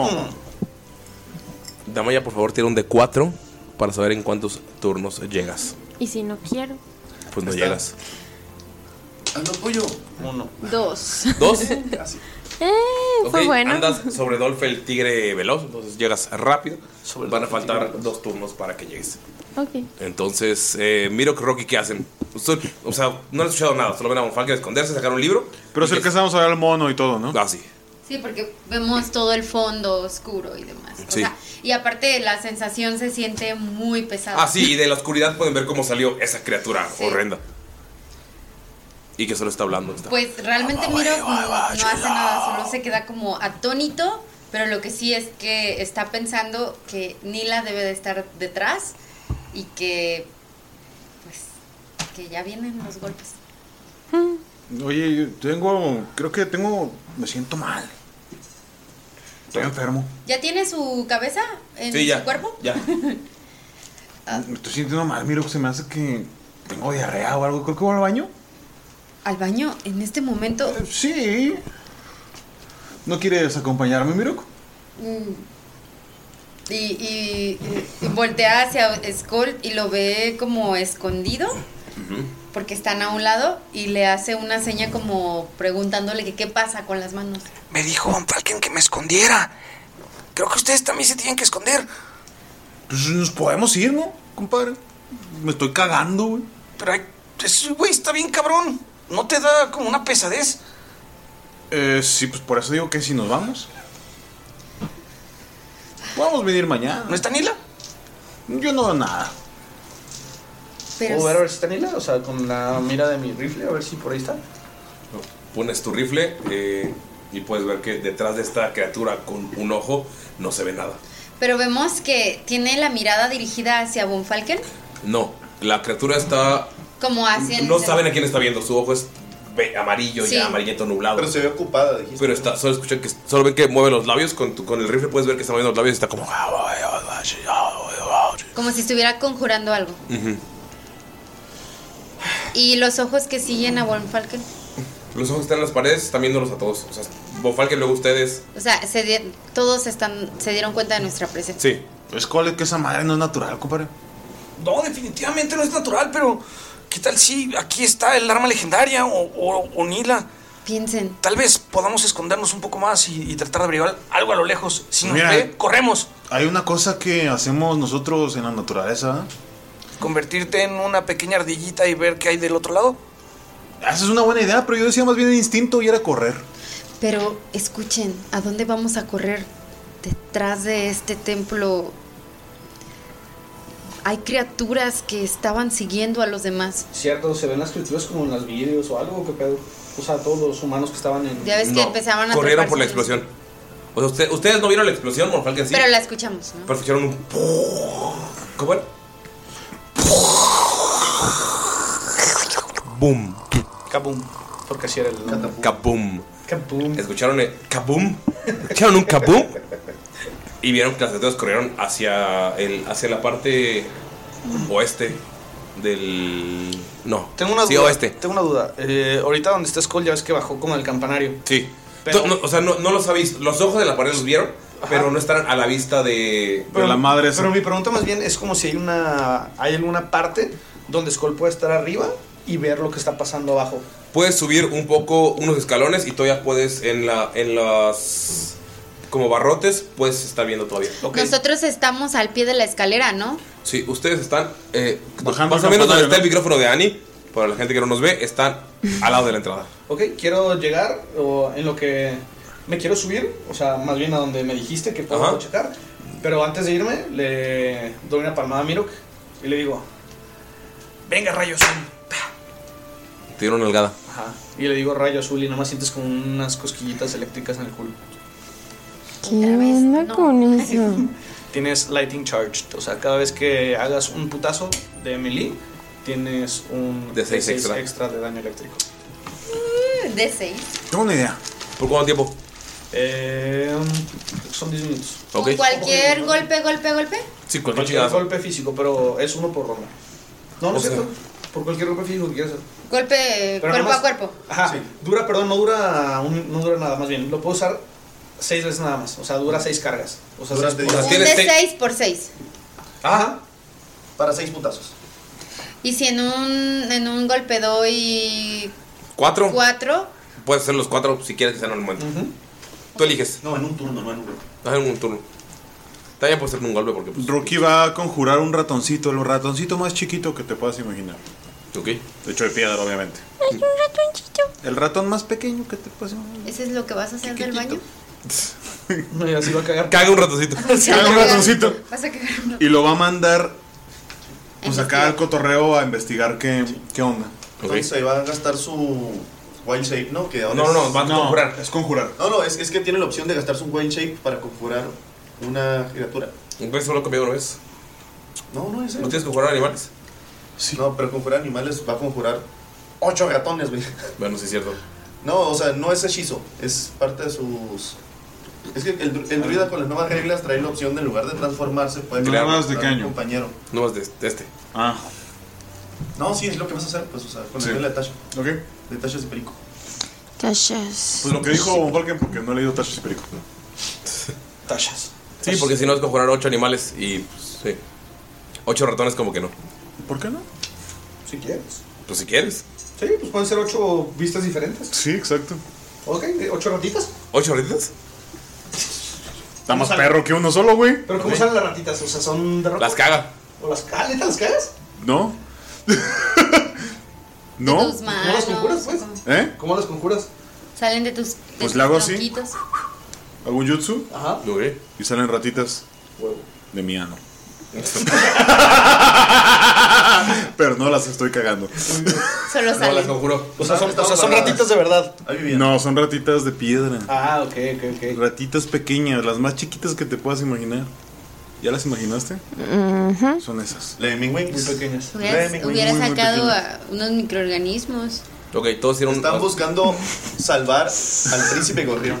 Mm. Damaya, por favor, tira un D cuatro para saber en cuántos turnos llegas. Y si no quiero. Pues no Está. llegas. Ando pollo. Uno. Dos. ¿Dos? Casi. Eh, fue Ok, bueno. andas sobre Dolph el tigre veloz, entonces llegas rápido. Sobre Van a Dolph el faltar tigre dos turnos para que llegues. Ok. Entonces, eh, Miro que Rocky, ¿qué hacen? Usted- o sea, no han escuchado nada, solo ven a Von Falken esconderse, sacar un libro. Pero y si que- alcanzamos a ver al mono y todo, ¿no? Ah, sí. Sí, porque vemos todo el fondo oscuro y demás. O Sí. sea, y aparte la sensación se siente muy pesada. Ah, sí, y de la oscuridad pueden ver cómo salió esa criatura Sí. horrenda. Y que solo está hablando. Está. Pues realmente Miro no, no hace nada, solo se queda como atónito, pero lo que sí es que está pensando que Nila debe de estar detrás y que pues que ya vienen los golpes. Oye, yo tengo. Creo que tengo. Me siento mal. Estoy enfermo. ¿Ya tiene su cabeza en Sí, ya. su cuerpo? Ya. Me estoy sintiendo mal. Mira, se me hace que tengo diarrea o algo. Creo que voy al baño. ¿Al baño en este momento? Eh, sí. ¿No quieres acompañarme, Mirok? Mm. Y, y- y voltea hacia Skull y lo ve como escondido, porque están a un lado, y le hace una seña como preguntándole que qué pasa con las manos. Me dijo Von Falken que me escondiera. Creo que ustedes también se tienen que esconder. Pues nos podemos ir, ¿no, compadre? Me estoy cagando, güey. Pero, hay- ese güey está bien cabrón. ¿No te da como una pesadez? Eh, sí, pues por eso digo que si nos vamos. Podemos venir mañana. ¿No está Nila? Yo no veo nada. Pero ¿Puedo ver a ver si está Nila? O sea, con la mira de mi rifle, a ver si por ahí está. Pones tu rifle eh, y puedes ver que detrás de esta criatura con un ojo no se ve nada. Pero vemos que tiene la mirada dirigida hacia Von Falken, No, la criatura está... como hacia el- No saben a quién está viendo, su ojo es ve- amarillo, Sí. ya amarillento, nublado. Pero se ve ocupada, dijiste. Pero está, solo escuchan que solo ven que mueve los labios con, tu- con el rifle, puedes ver que está moviendo los labios y está como... como si estuviera conjurando algo. Ujú. Y los ojos que siguen a Von Falken. Los ojos están en las paredes, están viéndolos a todos. O sea, Bonfalken, luego ustedes. O sea, se di- todos están, se dieron cuenta de nuestra presencia. Sí. Es que esa madre no es natural, compadre. No, definitivamente no es natural, pero ¿qué tal si aquí está el arma legendaria o, o, o Nila? Piensen. Tal vez podamos escondernos un poco más y, y tratar de averiguar algo a lo lejos. Si nos Mira, ve, corremos. Hay una cosa que hacemos nosotros en la naturaleza. Convertirte en una pequeña ardillita y ver qué hay del otro lado. Esa es una buena idea, pero yo decía más bien el instinto y era correr. Pero escuchen, ¿a dónde vamos a correr? Detrás de este templo hay criaturas que estaban siguiendo a los demás. Cierto, se ven las criaturas como en los vídeos o algo, ¿qué pedo? O sea, todos los humanos que estaban en... Ya ves que No, empezaban a corrieron treparse por la los- explosión. O sea, usted- ustedes no vieron la explosión, Bonfalken sí. Pero la escuchamos, ¿no? Pero escucharon un. ¿Cómo era? Boom. Kabum. Porque así era el... Kaboom. Kabum. Escucharon el kaboom. Escucharon un kaboom. Y vieron que las criaturas corrieron hacia, el, hacia la parte oeste del. No. Tengo una sí, duda. oeste. Tengo una duda. Eh, ahorita donde está Skull ya ves que bajó como el campanario. Sí. Pero- To- no, o sea, no, no los ha visto. Los ojos de la pared los vieron, pero no están a la vista de. Pero, la madre esa. pero mi pregunta más bien es como si hay una hay alguna parte donde Skull puede estar arriba y ver lo que está pasando abajo. Puedes subir un poco unos escalones y todavía puedes en la en las como barrotes puedes estar viendo todavía. Nosotros estamos al pie de la escalera, ¿no? Sí, ustedes están eh, Bajando más el o menos donde campanario, está el ¿no? micrófono de Annie. Para la gente que no nos ve, están al lado de la entrada. Ok, quiero llegar o en lo que me quiero subir, o sea, más bien a donde me dijiste que puedo Ajá. checar. Pero antes de irme, le doy una palmada a Mirok y le digo: venga, rayo azul. Te dieron una nalgada. Ajá. Y le digo rayo azul y nada más sientes como unas cosquillitas eléctricas en el culo. ¿Qué onda con eso? Tienes lighting charged, o sea, cada vez que hagas un putazo de melee, tienes un De seis extra. extra de daño eléctrico. De seis. Tengo una idea. ¿Por cuánto tiempo? Eh, son diez minutos. Ok. Cualquier golpe, golpe, golpe. Sí, cualquier Cualquier chingadazo. golpe físico, pero es uno por ronda. No, no O es sea- cierto. Por cualquier golpe físico que quieras hacer. Golpe Pero cuerpo nada más- a cuerpo. Ajá. Dura, perdón, no dura, un- no dura nada, más bien. Lo puedo usar seis veces nada más. O sea, dura seis cargas. O sea, Durante seis diez. por- Un de seis por seis. Ajá. Para seis putazos. Y si en un, en un golpe doy ¿Cuatro? cuatro, Puedes hacer los cuatro si quieres que sean en un momento. Tú eliges. No, en un turno, no en un golpe. Haz en un turno. También puedes hacer un golpe porque. Pues, Rocky va a conjurar un ratoncito, el ratoncito más chiquito que te puedas imaginar. ok. Hecho de piedra, obviamente. Es un ratoncito. El ratón más pequeño que te puedas imaginar. ¿ese es lo que vas a hacer del baño? No, y así va a cagar. Caga un ratoncito. Caga un ratoncito. Vas a cagar un Y lo va a mandar pues acá Investigar. al cotorreo a investigar qué, qué onda. Entonces ahí va a gastar su Wild Shape, ¿no? Que ahora No, no, es- va a conjurar. Es conjurar. No, no, es, es que tiene la opción de gastar su Wild Shape para conjurar una criatura. Entonces solo cambió una vez. No, no es ¿No eso. tienes que jugar animales? No, pero conjurar animales va a conjurar ocho ratones, güey. Bueno, sí es cierto. No, o sea, no es hechizo, es parte de sus... Es que el, dru- el druida con las nuevas reglas trae la opción de en lugar de transformarse puede crear ¿Nuevas de un qué año? compañero. No más de de este. Ah, No, sí, es lo que vas a hacer, pues, o sea, con Sí. el de Tasha. ok. De Tasha de perico. Tachas. Pues lo que dijo Von Falken, porque no he leído Tachos y Perico. Tachas. Sí, porque si no es conjurar ocho animales y. Pues, sí. Ocho ratones, como que no. ¿Por qué no? Si quieres. Pues si quieres. Sí, pues pueden ser ocho vistas diferentes. Sí, exacto. Ok, eh, ocho ratitas. ¿Ocho ratitas? Está más perro que uno solo, güey. Pero ¿cómo salen las ratitas? O sea, son de ropa. Las caga. ¿O las cagas? ¿Neta las cagas? ¿No? de ¿No? tus ¿Cómo las conjuras, manos. pues? ¿Eh? ¿Cómo las conjuras? Salen de tus, de Pues tus le hago así. tronquitos. Hago un jutsu Ajá. Ok. y salen ratitas Huevo. de mi ano. Pero no las estoy cagando. Solo No, las salen. conjuro. O sea, son, o sea, son guardadas. ratitas de verdad. Ahí vivían. No, son ratitas de piedra. Ah, ok, ok, ok. Ratitas pequeñas, las más chiquitas que te puedas imaginar. ¿Ya las imaginaste? Son esas. Lemming Muy Wings. pequeñas. Hubieras, Muy, muy, hubiera muy sacado pequeño. a unos microorganismos. Ok, todos hicieron. Están buscando salvar al príncipe gorrión.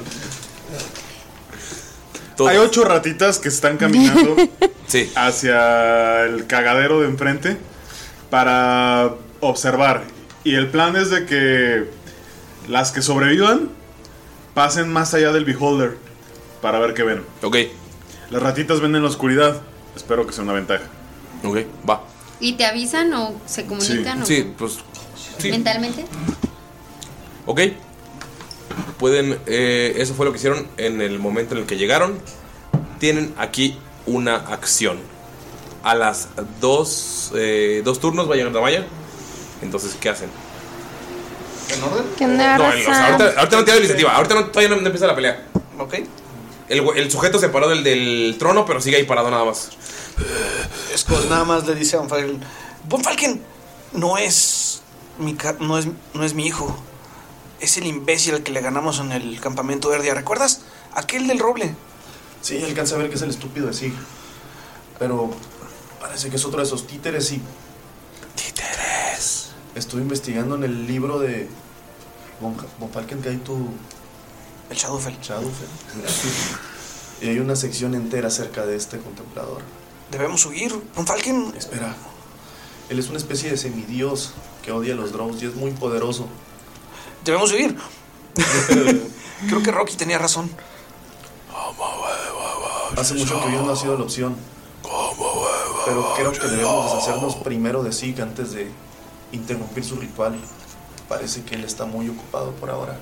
todos- Hay ocho ratitas que están caminando Sí. hacia el cagadero de enfrente para observar. Y el plan es de que Las que sobrevivan, pasen más allá del beholder para ver qué ven. Ok. Las ratitas ven en la oscuridad. Espero que sea una ventaja. Ok, va. ¿Y te avisan o se comunican? Sí, o sí pues. Sí. ¿Mentalmente? Ok. Pueden. Eh, eso fue lo que hicieron en el momento en el que llegaron. Tienen aquí una acción. A las dos, eh, dos turnos va a llegar Damaya. Entonces, ¿qué hacen? ¿En orden? ¿Qué onda, No, el- o sea, ahorita, ahorita no tiene iniciativa. Ahorita no, todavía no, no empieza la pelea. Ok. El, güey- el sujeto se paró del, del trono, pero sigue ahí parado nada más. Skull nada más le dice a Von Falken: Von Falken, no es mi, ca- no es, no es mi hijo. Es el imbécil al que le ganamos en el campamento de Erdia. ¿Recuerdas? Aquel del roble. Sí, alcanza a ver que es el estúpido de Sig. Pero parece que es otro de esos títeres y... ¡Títeres! Estuve investigando en el libro de Von, Von Falken que hay tu... El Shadowfell. Shadowfell. Y hay una sección entera acerca de este contemplador. Debemos huir, Von Falken. Espera. Él es una especie de semidios que odia a los drows y es muy poderoso. Debemos huir. Creo que Rocky tenía razón. Hace mucho que huir no ha sido la opción. Pero creo que debemos deshacernos primero de Sig antes de interrumpir su ritual. Parece que él está muy ocupado por ahora.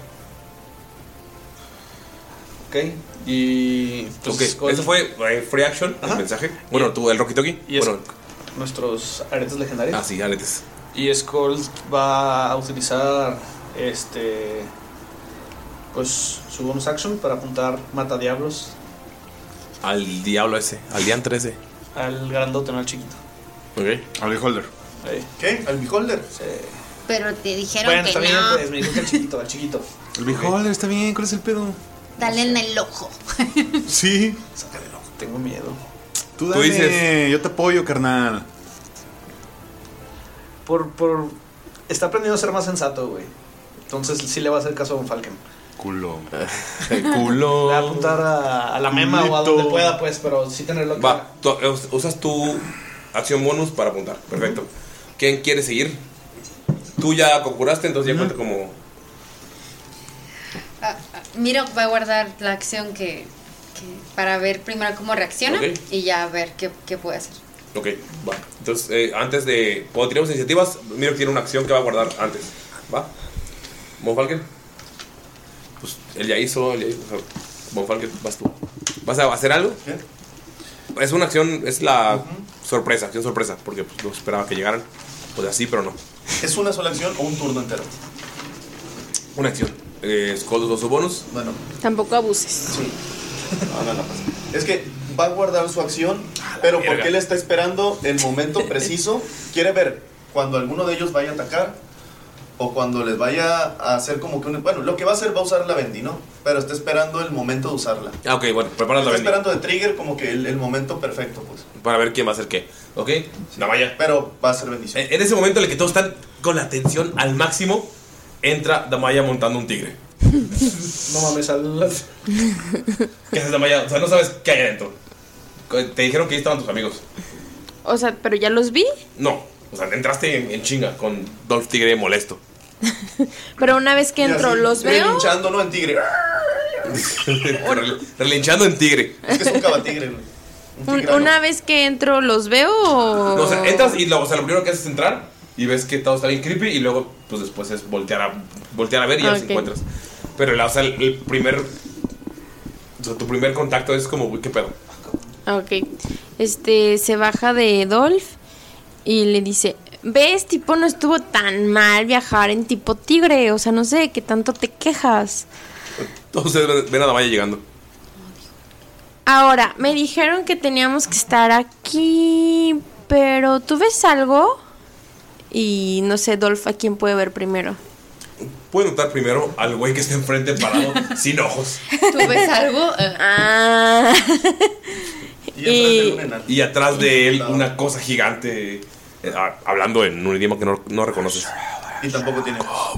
Ok. Y. Ok, Pues, Skull- eso fue eh, free action, el Ajá. mensaje. Bueno, tú, el Rocky Toki. Y es Bueno, nuestros aretes legendarios. ah, sí, aretes. Y Skull va a utilizar este. Pues su bonus action para apuntar mata diablos Al diablo ese, al diantre ese. al grandote, no al chiquito. Ok. Al beholder. Ahí. ¿Qué? ¿Al beholder? Sí. Pero te dijeron Bueno, que está bien, no. pues me dijo que al chiquito, al chiquito. El beholder está bien, ¿cuál es el pedo? Dale en el ojo. Sí. Sácale el ojo, tengo miedo. Tú Tú dale, dices- yo te apoyo, carnal. Por, por. Está aprendiendo a ser más sensato, güey. Entonces sí le va a hacer caso a Von Falken. Culo. El culo. Le va a apuntar a, a la mema o a Culito. donde pueda, pues, pero sí tenerlo claro. Va, tú, eh, usas tu acción bonus para apuntar. Perfecto. ¿Quién quiere seguir? Tú ya conjuraste, entonces ya cuenta como. Ah, ah, Miro va a guardar la acción que, que- para ver primero cómo reacciona Ok. y ya ver qué, qué puede hacer. Ok, va. Entonces, eh, antes de. Cuando tiremos iniciativas, mira que tiene una acción que va a guardar antes. ¿Va? Von Falken. Pues él ya hizo. Él ya hizo. O sea, Von Falken, vas tú. ¿Vas a hacer algo? ¿Qué? Es una acción, es la sorpresa, acción sorpresa, porque pues, no esperaba que llegaran. Pues así, pero no. ¿Es una sola acción o un turno entero? Una acción. Eh, Skull usó su bonus. Bueno, Tampoco abuses. sí. No, no, no pasa. Es que va a guardar su acción, pero verga. porque él está esperando el momento preciso. Quiere ver cuando alguno de ellos vaya a atacar o cuando les vaya a hacer como que un... Bueno, lo que va a hacer va a usar la Bendy, ¿no? Pero está esperando el momento de usarla. Ah, ok, bueno, prepara la Está bendy esperando de trigger como que el, el momento perfecto, pues. para ver quién va a hacer qué. ¿Ok? No vaya. Pero va a ser bendición. En en ese momento en el que todos están con la tensión al máximo, entra Damaya montando un tigre. No mames, al. ¿Qué haces, Damaya? O sea, no sabes qué hay adentro. Te dijeron que ahí estaban tus amigos. O sea, pero ya los vi. No, o sea, entraste en, en chinga con Dolph Tigre molesto. Pero una vez que Y entro, así, los veo. relinchando, ¿no? En tigre. Rel- Relinchando en tigre. Es que es un cabatigre, güey. Un Un- tigrano. una vez que entro, los veo. O... No, o sea, entras y lo, o sea, lo primero que haces es entrar y ves que todo está bien creepy y luego, pues después es voltear a, voltear a ver y ya los Ok. encuentras. Pero la- o sea, el, el primer. O sea, tu primer contacto es como, uy, ¿qué pedo? Ok. Este se baja de Dolph y le dice: ¿Ves, tipo, no estuvo tan mal viajar en tipo tigre? O sea, no sé, ¿qué tanto te quejas? Todos ustedes ven- ven a Damaya llegando. Ahora, me dijeron que teníamos que estar aquí, pero ¿tú ves algo? Y no sé, Dolph, ¿a quién puede ver primero? Pueden notar primero al güey que está enfrente parado sin ojos. ¿Tú ves algo? Ah. Y enfrente de y, un enano. Y atrás de él una cosa gigante, eh, ah, hablando en un idioma que no, no reconoces. Y tampoco tiene.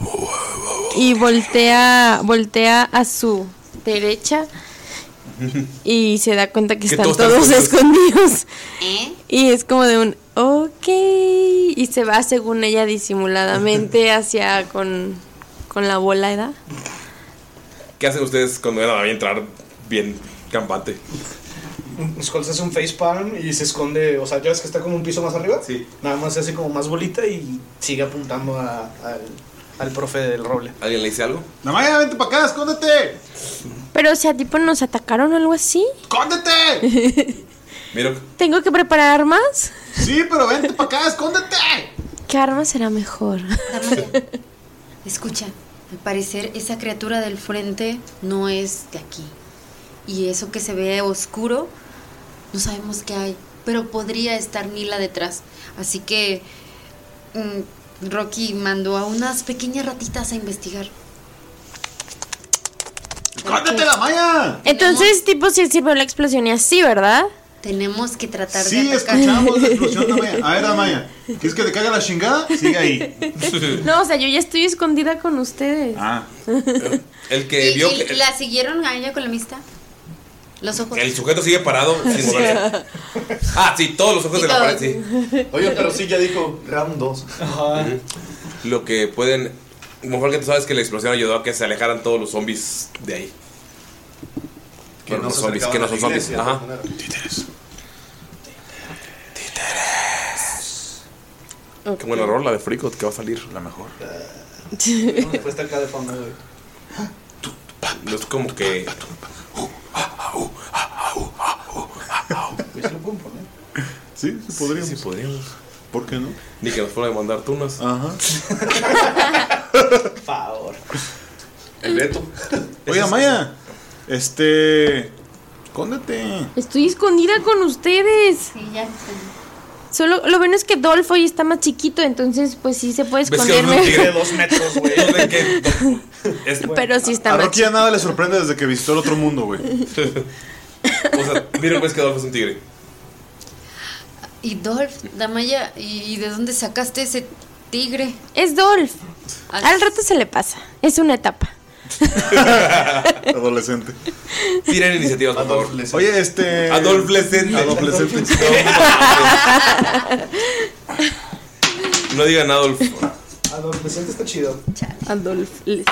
y voltea, voltea a su derecha y se da cuenta que Que están todos están todos escondidos. escondidos. ¿Eh? Y es como de un ok. Y se va, según ella, disimuladamente hacia con, con la bola, ¿edad? ¿Qué hacen ustedes cuando ven a Damaya entrar bien campante? Skull se hace un facepalm y se esconde. O sea, ya ves que está como un piso más arriba. Sí. Nada más se hace como más bolita y sigue apuntando a- al, al profe del roble. ¿Alguien le dice algo? Damaya, vente para acá, escóndete. Pero, o sea, tipo, ¿nos atacaron o algo así? ¡Escóndete! Mira, ¿Tengo que preparar armas? Sí, pero vente para acá, escóndete. ¿Qué arma será mejor? Damaya, escucha, al parecer esa criatura del frente no es de aquí. Y eso que se ve oscuro, no sabemos qué hay, pero podría estar Nila detrás. Así que mm, Rocky mandó a unas pequeñas ratitas a investigar. ¡Escóndete, Damaya! Entonces, tipo, si sirvió la explosión y así, ¿verdad? Tenemos que tratar Sí, de atacar. escuchamos la explosión, Damaya. A ver, Damaya, ¿quieres que te caiga la chingada? Sigue ahí. No, o sea, yo ya estoy escondida con ustedes. Ah. El que ¿Y, vio y que. la siguieron a ella con la vista? Los ojos. El sujeto sigue parado sin moverse. Ah, sí, todos los ojos Y de la todos. pared, sí. Oye, pero sí, ya dijo round dos. Ujú. Lo que pueden. Mejor que tú sabes que la explosión ayudó a que se alejaran todos los zombies de ahí. Que Bueno, no los se zombies, que no son acercaban a zombies. la Ajá. iglesia, de alguna Títeres. Qué buena rola de Freakot que va a salir. La mejor. manera. Después está acá de fondo, güey. No es como que. Pues se lo pueden poner. Sí, sí podríamos. Sí, podríamos. ¿Por qué no? Ni que nos fuera a mandar tunas. Ajá. Por favor. El Beto. Oye, Damaya, este... Escóndete. Estoy escondida con ustedes. Sí, ya. Solo lo bueno es que Dolph hoy está más chiquito, entonces pues sí se puede ¿Ves que esconderme. es un tigre De dos metros, güey. ¿Ven que es- Pero sí está A más Rocky ya nada le sorprende desde que visitó el otro mundo, güey. O sea, miren, ves que Adolfo es un tigre. Y Dolph, Damaya, ¿y de dónde sacaste ese tigre? Es Dolph. Ah, Al rato se le pasa. Es una etapa. Adolescente. Tiren iniciativas, por favor. Adolescente. Oye, este... Adolflecente. Adolescente. No digan Adolf. Adolescente está chido. Adolf.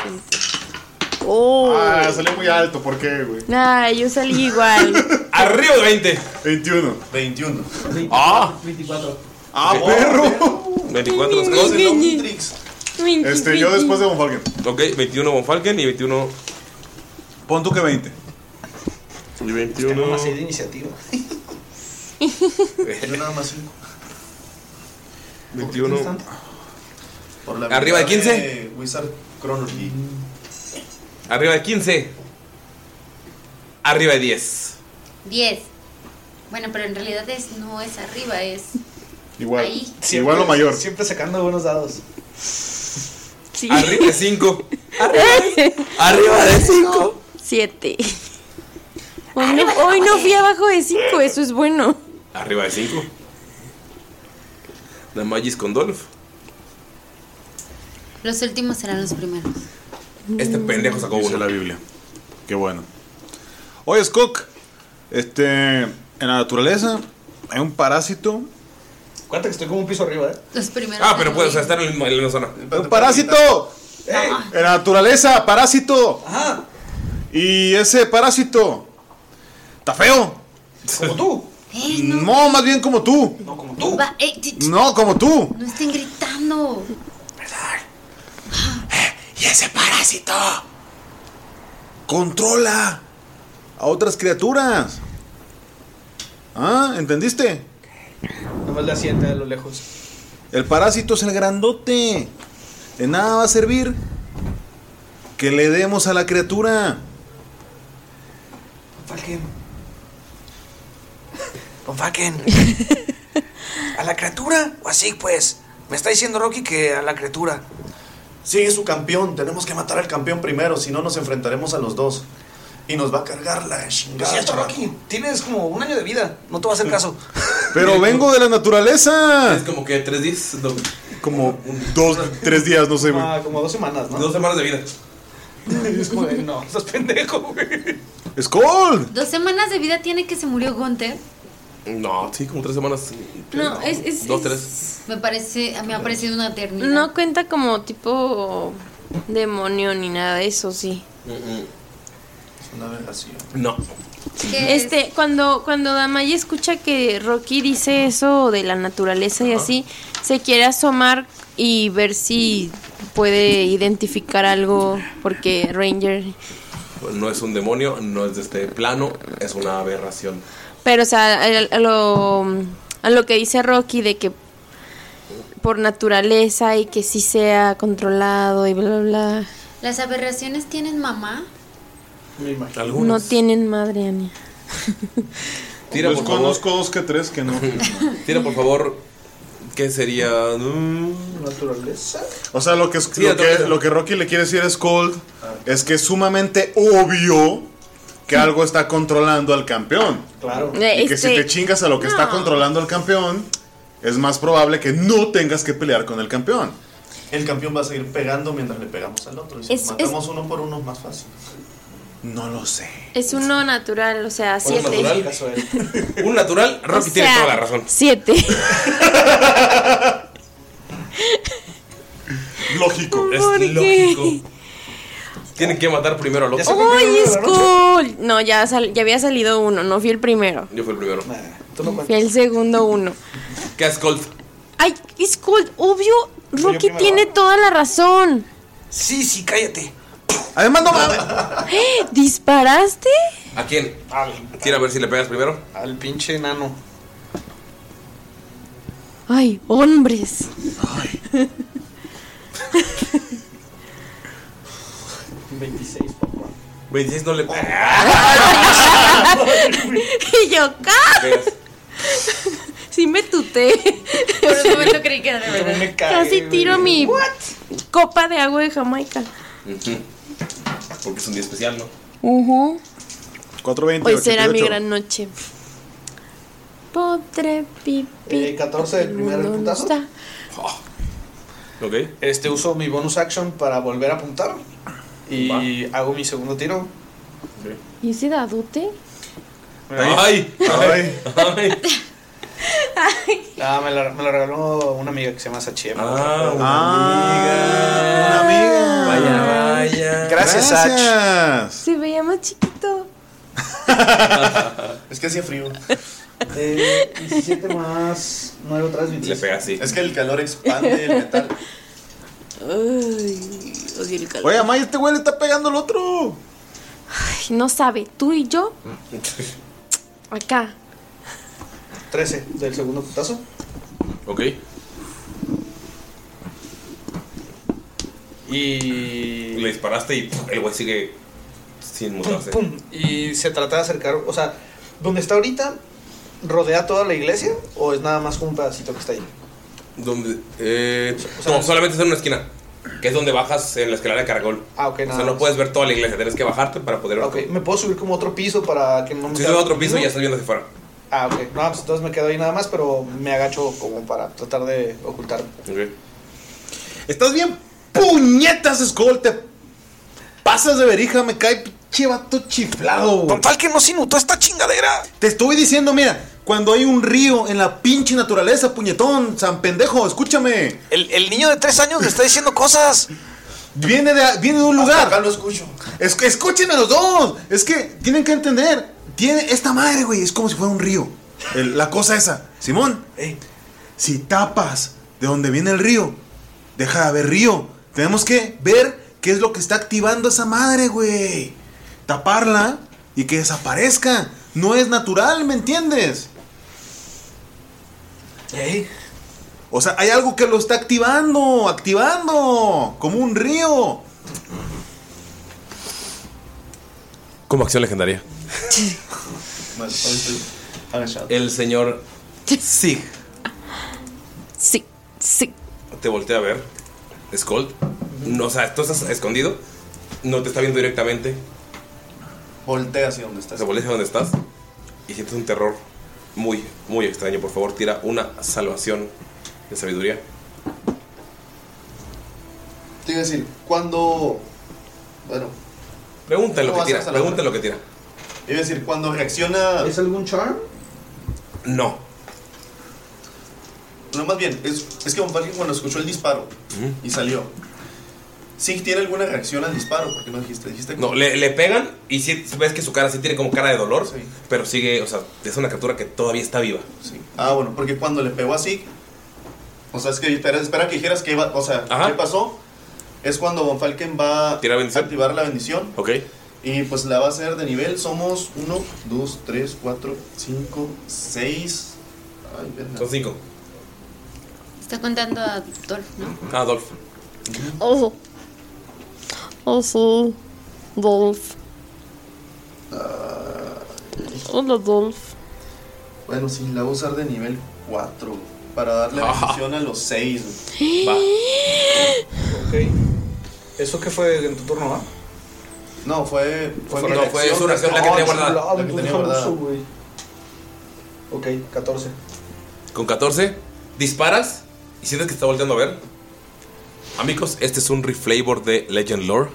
Oh. Ah, salió muy alto. ¿Por qué, güey? Ay, yo salí igual. Arriba de veinte. veintiuno. veintiuno. Ah, veinticuatro. ¡Ah, perro! veinticuatro los Es cosas. el Omnitrix. Este, yo después de Von Falken. Ok, veintiuno Von Falken y veintiuno. Pon tú que veinte. Y Tengo veintiuno. más de iniciativa. Yo nada más cinco. veintiuno. Por la Arriba de habilidad quince. de Wizard Chronology. Arriba de quince. Arriba de diez. diez. Bueno, pero en realidad es, no es arriba, es Igual. ahí. Igual o mayor. Siempre sacando buenos dados. Sí. Arriba de cinco. Arriba de cinco. Siete. Hoy no, hoy no fui abajo de cinco, eso es bueno. Arriba de cinco. Damagis con Dolph. Los últimos serán los primeros. Este pendejo sacó Dice uno. la Biblia. Qué bueno. Oye, Skok. Este... En la naturaleza hay un parásito. Cuenta que estoy como un piso arriba, ¿eh? Los primeros. Ah, pero puede, o sea, estar en, el- en la misma zona. ¡Un parásito! En la naturaleza, parásito. Ajá. Y ese parásito está feo. Como tú. Eh, no, No, más bien como tú. No, como tú. va, eh, ch- ch- No, como tú. no estén gritando. Y ese parásito controla a otras criaturas. ¿Ah? ¿Entendiste? Nomás le asienta a lo lejos. El parásito es el grandote. De nada va a servir que le demos a la criatura. Falken. Don Falken. ¿A la criatura? O así, pues. Me está diciendo Rocky que a la criatura. Sí, es su campeón. Tenemos que matar al campeón primero, si no nos enfrentaremos a los dos. Y nos va a cargar la Es chingada. cierto, chaval. Rocky. Tienes como un año de vida. No te va a hacer caso. Pero vengo de la naturaleza. Es como que tres días. do- Como dos, tres días, no sé, güey. Ah, como dos semanas, ¿no? Dos semanas de vida. Es como de, no, estás pendejo, güey. ¡Skull! Dos semanas de vida tiene que se murió Gunther. No, sí, como tres semanas. No, es- es- Dos, es- tres. Me parece, me ha parecido una eternidad. No cuenta como tipo demonio ni nada de eso, sí. Es una aberración. No. Este, cuando, cuando Damaya escucha que Rocky dice eso de la naturaleza y así, se quiere asomar y ver si puede identificar algo, porque Ranger... No es un demonio, no es de este plano, es una aberración. Pero, o sea, a, a lo, a lo que dice Rocky de que por naturaleza y que sí sea controlado y bla, bla, bla. ¿Las aberraciones tienen mamá? Me imagino. No tienen madre, Ania. Tira, Pues por favor. conozco dos que tres que no. Tira, por favor. ¿Qué sería? ¿Naturaleza? O sea, lo que, es- Sí, lo, naturaleza. que lo que Rocky le quiere decir a Skull es que es sumamente obvio que algo está controlando al campeón. Claro. Y que si Este, te chingas a lo que está no. controlando al campeón, es más probable que no tengas que pelear con el campeón. El campeón va a seguir pegando mientras le pegamos al otro. Y si Es- matamos uno por uno, más fácil. No lo sé. Es uno natural, o sea, ¿Uno siete. natural? Caso de él. Un natural, Rocky O tiene sea, toda la razón. Siete. Lógico. Es ¿Por qué? lógico. Tienen que matar primero al Ya otro. se cumplió ¡Ay, uno de la noche. Skull! No, ya, sal- ya había salido uno, no fui el primero. Yo fui el primero. Nah, tú no Fui cuentas. el segundo uno. ¿Qué es Colt? Ay, Skull, obvio, Rocky primero. tiene toda la razón. Sí, sí, cállate. Además, no mames. ¿Disparaste? ¿A quién? Al, Tira a ver si le pegas primero. al pinche enano. Ay, hombres. veintiséis, papá. veintiséis no le pegas. Y yo, ¡ca! Sí me tuté. Por un momento creí que era de También verdad. me cae, Casi güey. tiro mi copa de agua de Jamaica. Ujú. Porque es un día especial, ¿no? Uh cuatro veinte, Hoy será mi ochenta y ocho. gran noche. Podré pipi. Eh, catorce del primer ¿Dónde putazo. está? Ok. Este, uso mi bonus action para volver a apuntar. Y hago mi segundo tiro. ¿Y ese dadote? ¡Ay! Ay. ¡Ay! Ah, me la, me la regaló una amiga que se llama Sachi. Ah, una Ah, una amiga. Vaya, vaya. Gracias, Sach. Gracias. Se veía más chiquito. Es que hacía frío. Eh, diecisiete más nueve otra vez Le veintiséis. pega así. Es que el calor expande el metal. Ay, odio el calor. Oye, Amaya, este güey le está pegando al otro. Ay, no sabe, tú y yo. Acá. trece del segundo putazo. Ok. Y. Le disparaste y el güey sigue sin Pum, mutarse. pum. Y se trata de acercar. O sea, donde está ahorita, ¿rodea toda la iglesia? ¿O es nada más como un pedacito que está ahí? Donde, eh, O sea, no, solamente está en una esquina. Que es donde bajas en la escalera de caracol. Ah, ok, O nada sea, no más. puedes ver toda la iglesia, tienes que bajarte para poder ver. Ok, todo. ¿me puedo subir como otro piso para que no me Si quede subes a otro piso, mismo? ya estás viendo hacia afuera. Ah, ok. No, pues entonces me quedo ahí nada más, pero me agacho como para tratar de ocultarme. Ok. Estás bien puñetas, Skull. Te pasas de verija, me cae pinche vato chiflado. güey. Con tal que no se inutó esta chingadera. Te estoy diciendo, mira, cuando hay un río en la pinche naturaleza, puñetón, san pendejo, escúchame. El, el niño de tres años me está diciendo cosas. Viene de, viene de un Hasta lugar. acá lo escucho. Es que escúchenme los dos. Es que tienen que entender. Tiene esta madre, güey, es como si fuera un río. El- la cosa esa. Simón, Ey, si tapas de donde viene el río, deja de haber río. Tenemos que ver qué es lo que está activando esa madre, güey. Taparla y que desaparezca. No es natural, ¿me entiendes? ey. O sea, hay algo que lo está activando, activando, como un río. Como acción legendaria. Vale, ahora estoy agachado. El señor Sig Sí, sí. te voltea a ver. Skull. No, o sea, tú estás escondido. No te está viendo directamente. Voltea hacia donde estás. Se voltea hacia donde estás. Y sientes un terror muy, muy extraño. Por favor, tira una salvación de sabiduría. Te iba a decir, cuando. Bueno, Pregúntale lo ¿Cómo que vas a tira. hacer la Pregúntale otra? lo que tira. iba a decir, cuando reacciona. ¿Es algún charm? No. No, más bien, es, es que Von Falken cuando escuchó el disparo y salió, Sí, ¿tiene alguna reacción al disparo? Porque no dijiste, dijiste No, le, le pegan y sí, ves que su cara sí tiene como cara de dolor, sí. Pero sigue, o sea, es una criatura que todavía está viva. Sí. Ah, bueno, porque cuando le pegó así, o sea, es que espera, espera que dijeras que iba, o sea, Ajá. ¿qué pasó? Es cuando Von Falken va a activar la bendición. Ok. Y pues la va a hacer de nivel. Somos uno, dos, tres, cuatro, cinco, seis. Ay, verga. Son cinco. Está contando a Dolph, ¿no? Ah, Dolph. Oh. Oh, sí. Dolph. Hola, Dolph. Bueno, sí, la voy a usar de nivel cuatro para darle bendición a los seis. Va. Ok. ¿Eso qué fue en tu turno, va? No, fue. Fue, Fue- mi no, reacción. fue su reacción, la que tenía guardada. La que tenía guardada. Ok, catorce. Con catorce, disparas y sientes que está volteando a ver. Amigos, este es un reflavor de Legend Lore.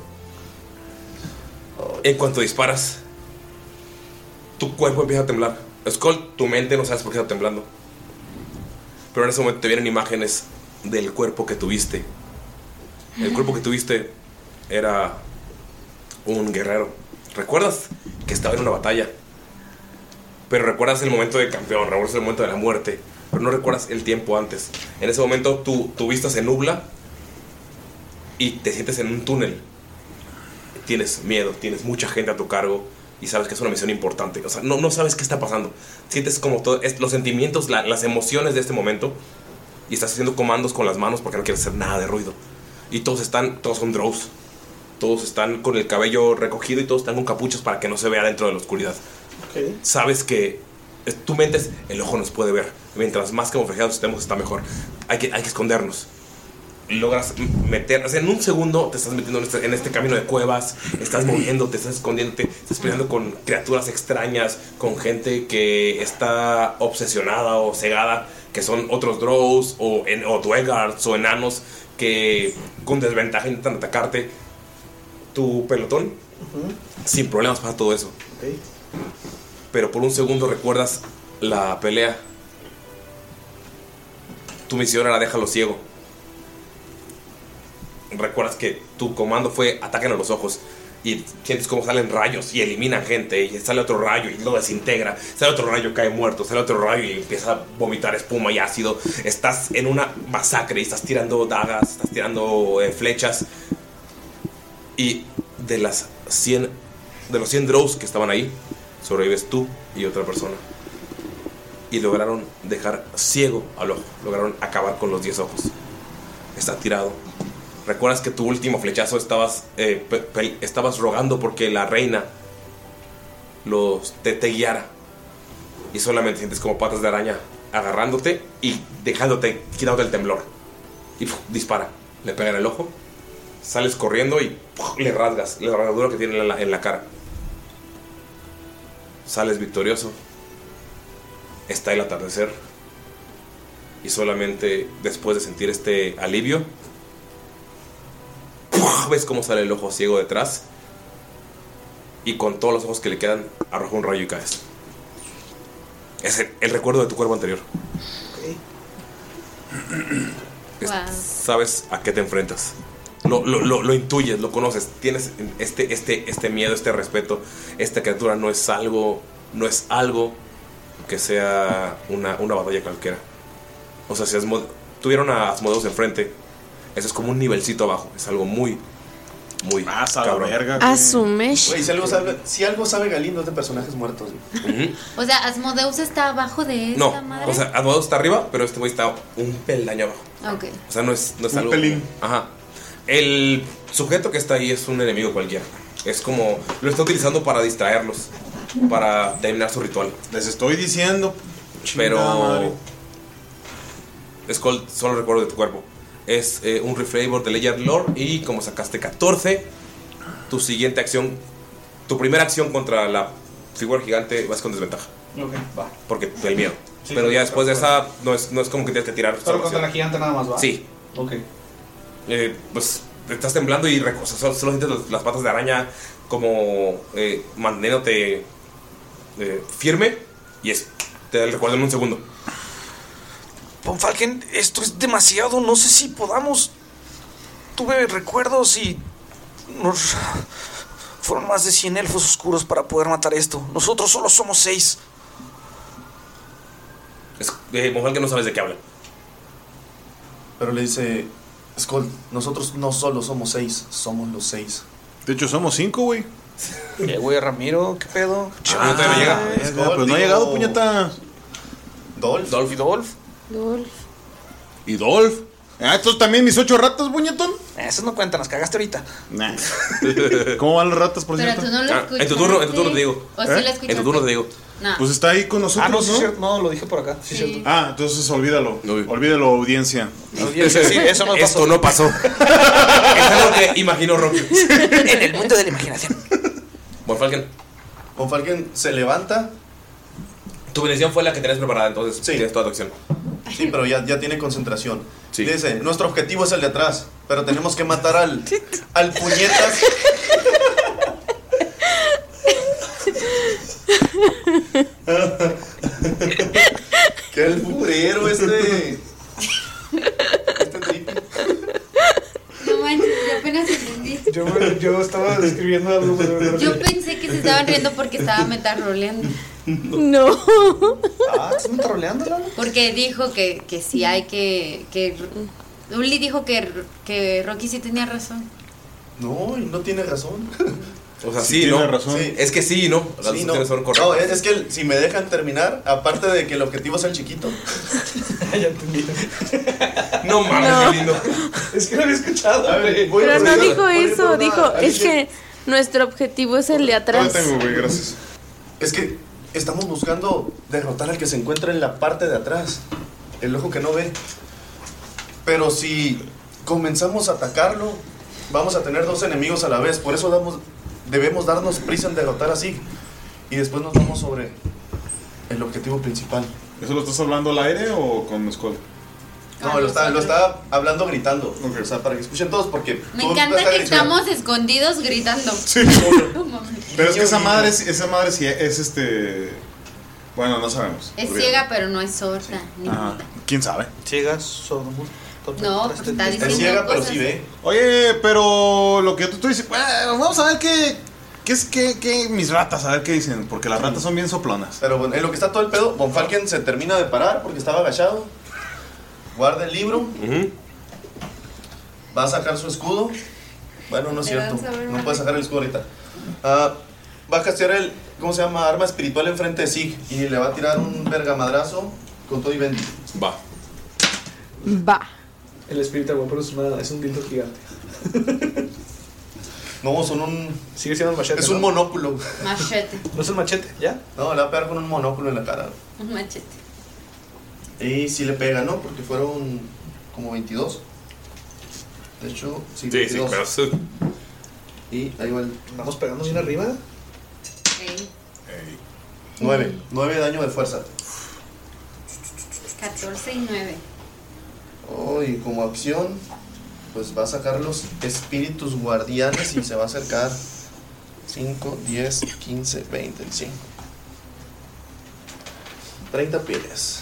En cuanto disparas, tu cuerpo empieza a temblar. Skull, tu mente no sabes por qué está temblando. Pero en ese momento te vienen imágenes del cuerpo que tuviste. El cuerpo que tuviste era un guerrero. ¿Recuerdas que estaba en una batalla? Pero recuerdas el momento de campeón, recuerdas el momento de la muerte, pero no recuerdas el tiempo antes. En ese momento tu, tu vista se nubla y te sientes en un túnel. Tienes miedo, tienes mucha gente a tu cargo y sabes que es una misión importante. O sea, no, no sabes qué está pasando. Sientes como todo, es, los sentimientos, la, las emociones de este momento y estás haciendo comandos con las manos porque no quieres hacer nada de ruido. Y todos están, todos son drows. Todos están con el cabello recogido y todos están con capuchos para que no se vea dentro de la oscuridad. Okay. Sabes que es- tu mente es, el ojo nos puede ver. Mientras más camuflajeados estemos, está mejor. Hay que, hay que escondernos. Logras m- meter, o sea, en un segundo te estás metiendo en este, en este camino de cuevas, estás moviéndote, estás escondiéndote, estás peleando con criaturas extrañas, con gente que está obsesionada o cegada, que son otros drows o, en, o dwegards o enanos que con desventaja intentan atacarte. Tu pelotón, Ujú. sin problemas pasa todo eso. Ok. Pero por un segundo recuerdas la pelea. Tu misión era déjalo ciego. Recuerdas que tu comando fue ataquen a los ojos. Y sientes como salen rayos y eliminan gente. Y sale otro rayo y lo desintegra. Sale otro rayo, cae muerto. Sale otro rayo y empieza a vomitar espuma y ácido. Estás en una masacre y estás tirando dagas, estás tirando eh, flechas. Y de las cien, de los cien drows que estaban ahí, sobrevives tú y otra persona. Y lograron dejar ciego al ojo. Lograron acabar con los diez ojos. Está tirado. Recuerdas que tu último flechazo estabas, eh, pe- pe- estabas rogando porque la reina los, te, te guiara. Y solamente sientes como patas de araña agarrándote y dejándote, quitándote el temblor. Y ¡puf! Dispara. Le pega en el ojo. Sales corriendo y ¡puf! Le rasgas la rasgadura que tiene en la, en la cara. Sales victorioso. Está el atardecer. Y solamente después de sentir este alivio, ¡puf! Ves cómo sale el ojo ciego detrás. Y con todos los ojos que le quedan, arroja un rayo y caes. Es el, el recuerdo de tu cuerpo anterior. Es- Wow. Sabes a qué te enfrentas. Lo, lo, lo, lo intuyes, lo conoces. Tienes este, este, este miedo, este respeto. Esta criatura no es algo. No es algo que sea una, una batalla cualquiera. O sea, si Asmo- tuvieron a Asmodeus enfrente, eso es como un nivelcito abajo. Es algo muy, muy cabrón. Asumes. Güey, si algo sabe, si algo sabe Galindo es de personajes muertos. güey. Ujú. O sea, Asmodeus está abajo de esta No, madre. o sea, Asmodeus está arriba, pero este güey está un peldaño abajo. Ok. O sea, no es, no es Un algo. pelín. Ajá. El sujeto que está ahí es un enemigo cualquiera. Es como. Lo está utilizando para distraerlos. Para terminar su ritual. Les estoy diciendo. Pero. chingada madre. Skull, solo recuerdo de tu cuerpo. Es eh, un reflavor de Legend Lore. Y como sacaste catorce, tu siguiente acción. Tu primera acción contra la figura gigante vas con desventaja. Ok, va. Porque el miedo. Sí, Pero sí, ya después de claro. esa, no es, no es como que tienes que tirar. Solo contra la gigante nada más, ¿va? Sí. Ok. Eh, pues estás temblando y reco- solo, solo sientes las, las patas de araña como eh, manteniéndote eh, firme y es, te recuerdo en un segundo. Von Falken, esto es demasiado. No sé si podamos. tuve recuerdos y nos... fueron más de cien elfos oscuros para poder matar esto. Nosotros solo somos seis. Es, eh, Von Falken no sabes de qué habla. Pero le dice, Skull, nosotros no solo somos seis, somos los seis. De hecho, somos cinco, güey. Eh, güey, Ramiro, ¿qué pedo? Ah, no llega. Eh, pues no ha llegado, puñeta. Dolph. Dolph. ¿Y Dolph? Dolph. ¿Y Dolph? Ah, estos también mis ocho ratas, puñetón. Esos no cuentan, las cagaste ahorita. Nah. ¿Cómo van las ratas, por Pero cierto? tú no lo Ah, escuchaste. en tu turno, en tu turno te digo. ¿O sí ¿Eh? lo escuchaste? En tu turno te digo. No. Pues está ahí con nosotros, Ah, no, sí, ¿no? es cierto. No, lo dije por acá. Sí, Sí. es cierto. Ah, entonces olvídalo. No. Olvídalo, audiencia. Audiencia, sí, eso no pasó. Esto no pasó. Es algo que imaginó Rocky. En el mundo de la imaginación. Von Falken, Von Falken se levanta. tu bendición fue la que tenías preparada, entonces Sí. tienes toda tu acción. Sí, pero ya, ya tiene concentración. Sí. Le dice, nuestro objetivo es el de atrás, pero tenemos que matar al, al puñetas. Qué alburero este. Este tripi. No manches, yo apenas entendí. Yo, yo estaba describiendo algo, pero... Yo pensé que se estaban riendo porque estaba metarroleando. No. Ah, ¿estás troleando, Lalo? Porque dijo que, que sí hay que... que Uli dijo que, que Rocky sí tenía razón. No, no tiene razón. O sea, Sí, sí, tiene ¿no? razón. Sí. Es que sí, ¿no? Las Sí, dos no. opciones son correctas. No, es, es que el- si me dejan terminar, aparte de que el objetivo es el chiquito. Ya entendí. No mames, No. qué lindo. Es que no había escuchado, A ver, güey. voy a Pero no proceder- dijo voy a ir por eso, una- dijo, ¿alguien es que nuestro objetivo es el de Yo atrás. tengo, güey, gracias. Es que estamos buscando derrotar al que se encuentra en la parte de atrás, el ojo que no ve. Pero si comenzamos a atacarlo, vamos a tener dos enemigos a la vez. Por eso damos, debemos darnos prisa en derrotar a Sig. Y después nos vamos sobre el objetivo principal. ¿Eso lo estás hablando al aire o con Skull? No, Ah, lo está, lo nosotros. está hablando gritando. Ok. O sea, para que escuchen todos, porque... Me tú encanta estás que gritando. estamos escondidos gritando. Sí. No mames. Pero es que esa Niño, madre, niño. es- esa madre sí es este... Bueno, no sabemos. Es Olvídalo. ciega, pero no es sorda. Ni Ajá. muda. ¿Quién sabe? Ciegas, sordomudo. No, pues está Es diciendo ciega, pero cosas. sí ve. Oye, pero lo que tú, tú dices... bueno, vamos a ver qué... ¿Qué es qué, qué mis ratas? A ver qué dicen. Porque las ratas son bien soplonas. Pero bueno, en lo que está todo el pedo, Von Falken se termina de parar porque estaba agachado. Guarda el libro. Ujú. Va a sacar su escudo. Bueno, no es Le cierto. vamos a ver No más puede sacar el escudo ahorita. Ah, va a castear el, ¿cómo se llama? Arma espiritual enfrente de Sig. Y le va a tirar un vergamadrazo con todo y bendy. Va. Va. El espíritu del pero es, una, es un dildo gigante. No, son un... Sigue siendo un machete, Es ¿no? un monóculo. Machete. No es un machete, ¿ya? No, le va a pegar con un monóculo en la cara. Un machete. Y sí le pega, ¿no? Porque fueron como veintidós. De hecho, sí, Sí, sí, veintidós. pero sí. Y ahí va el Vamos pegando bien arriba. Ok. nueve. nueve de daño de fuerza. catorce y nueve. Oh, y como acción, pues va a sacar los espíritus guardianes y se va a acercar cinco, diez, quince, veinte, cien. treinta pies.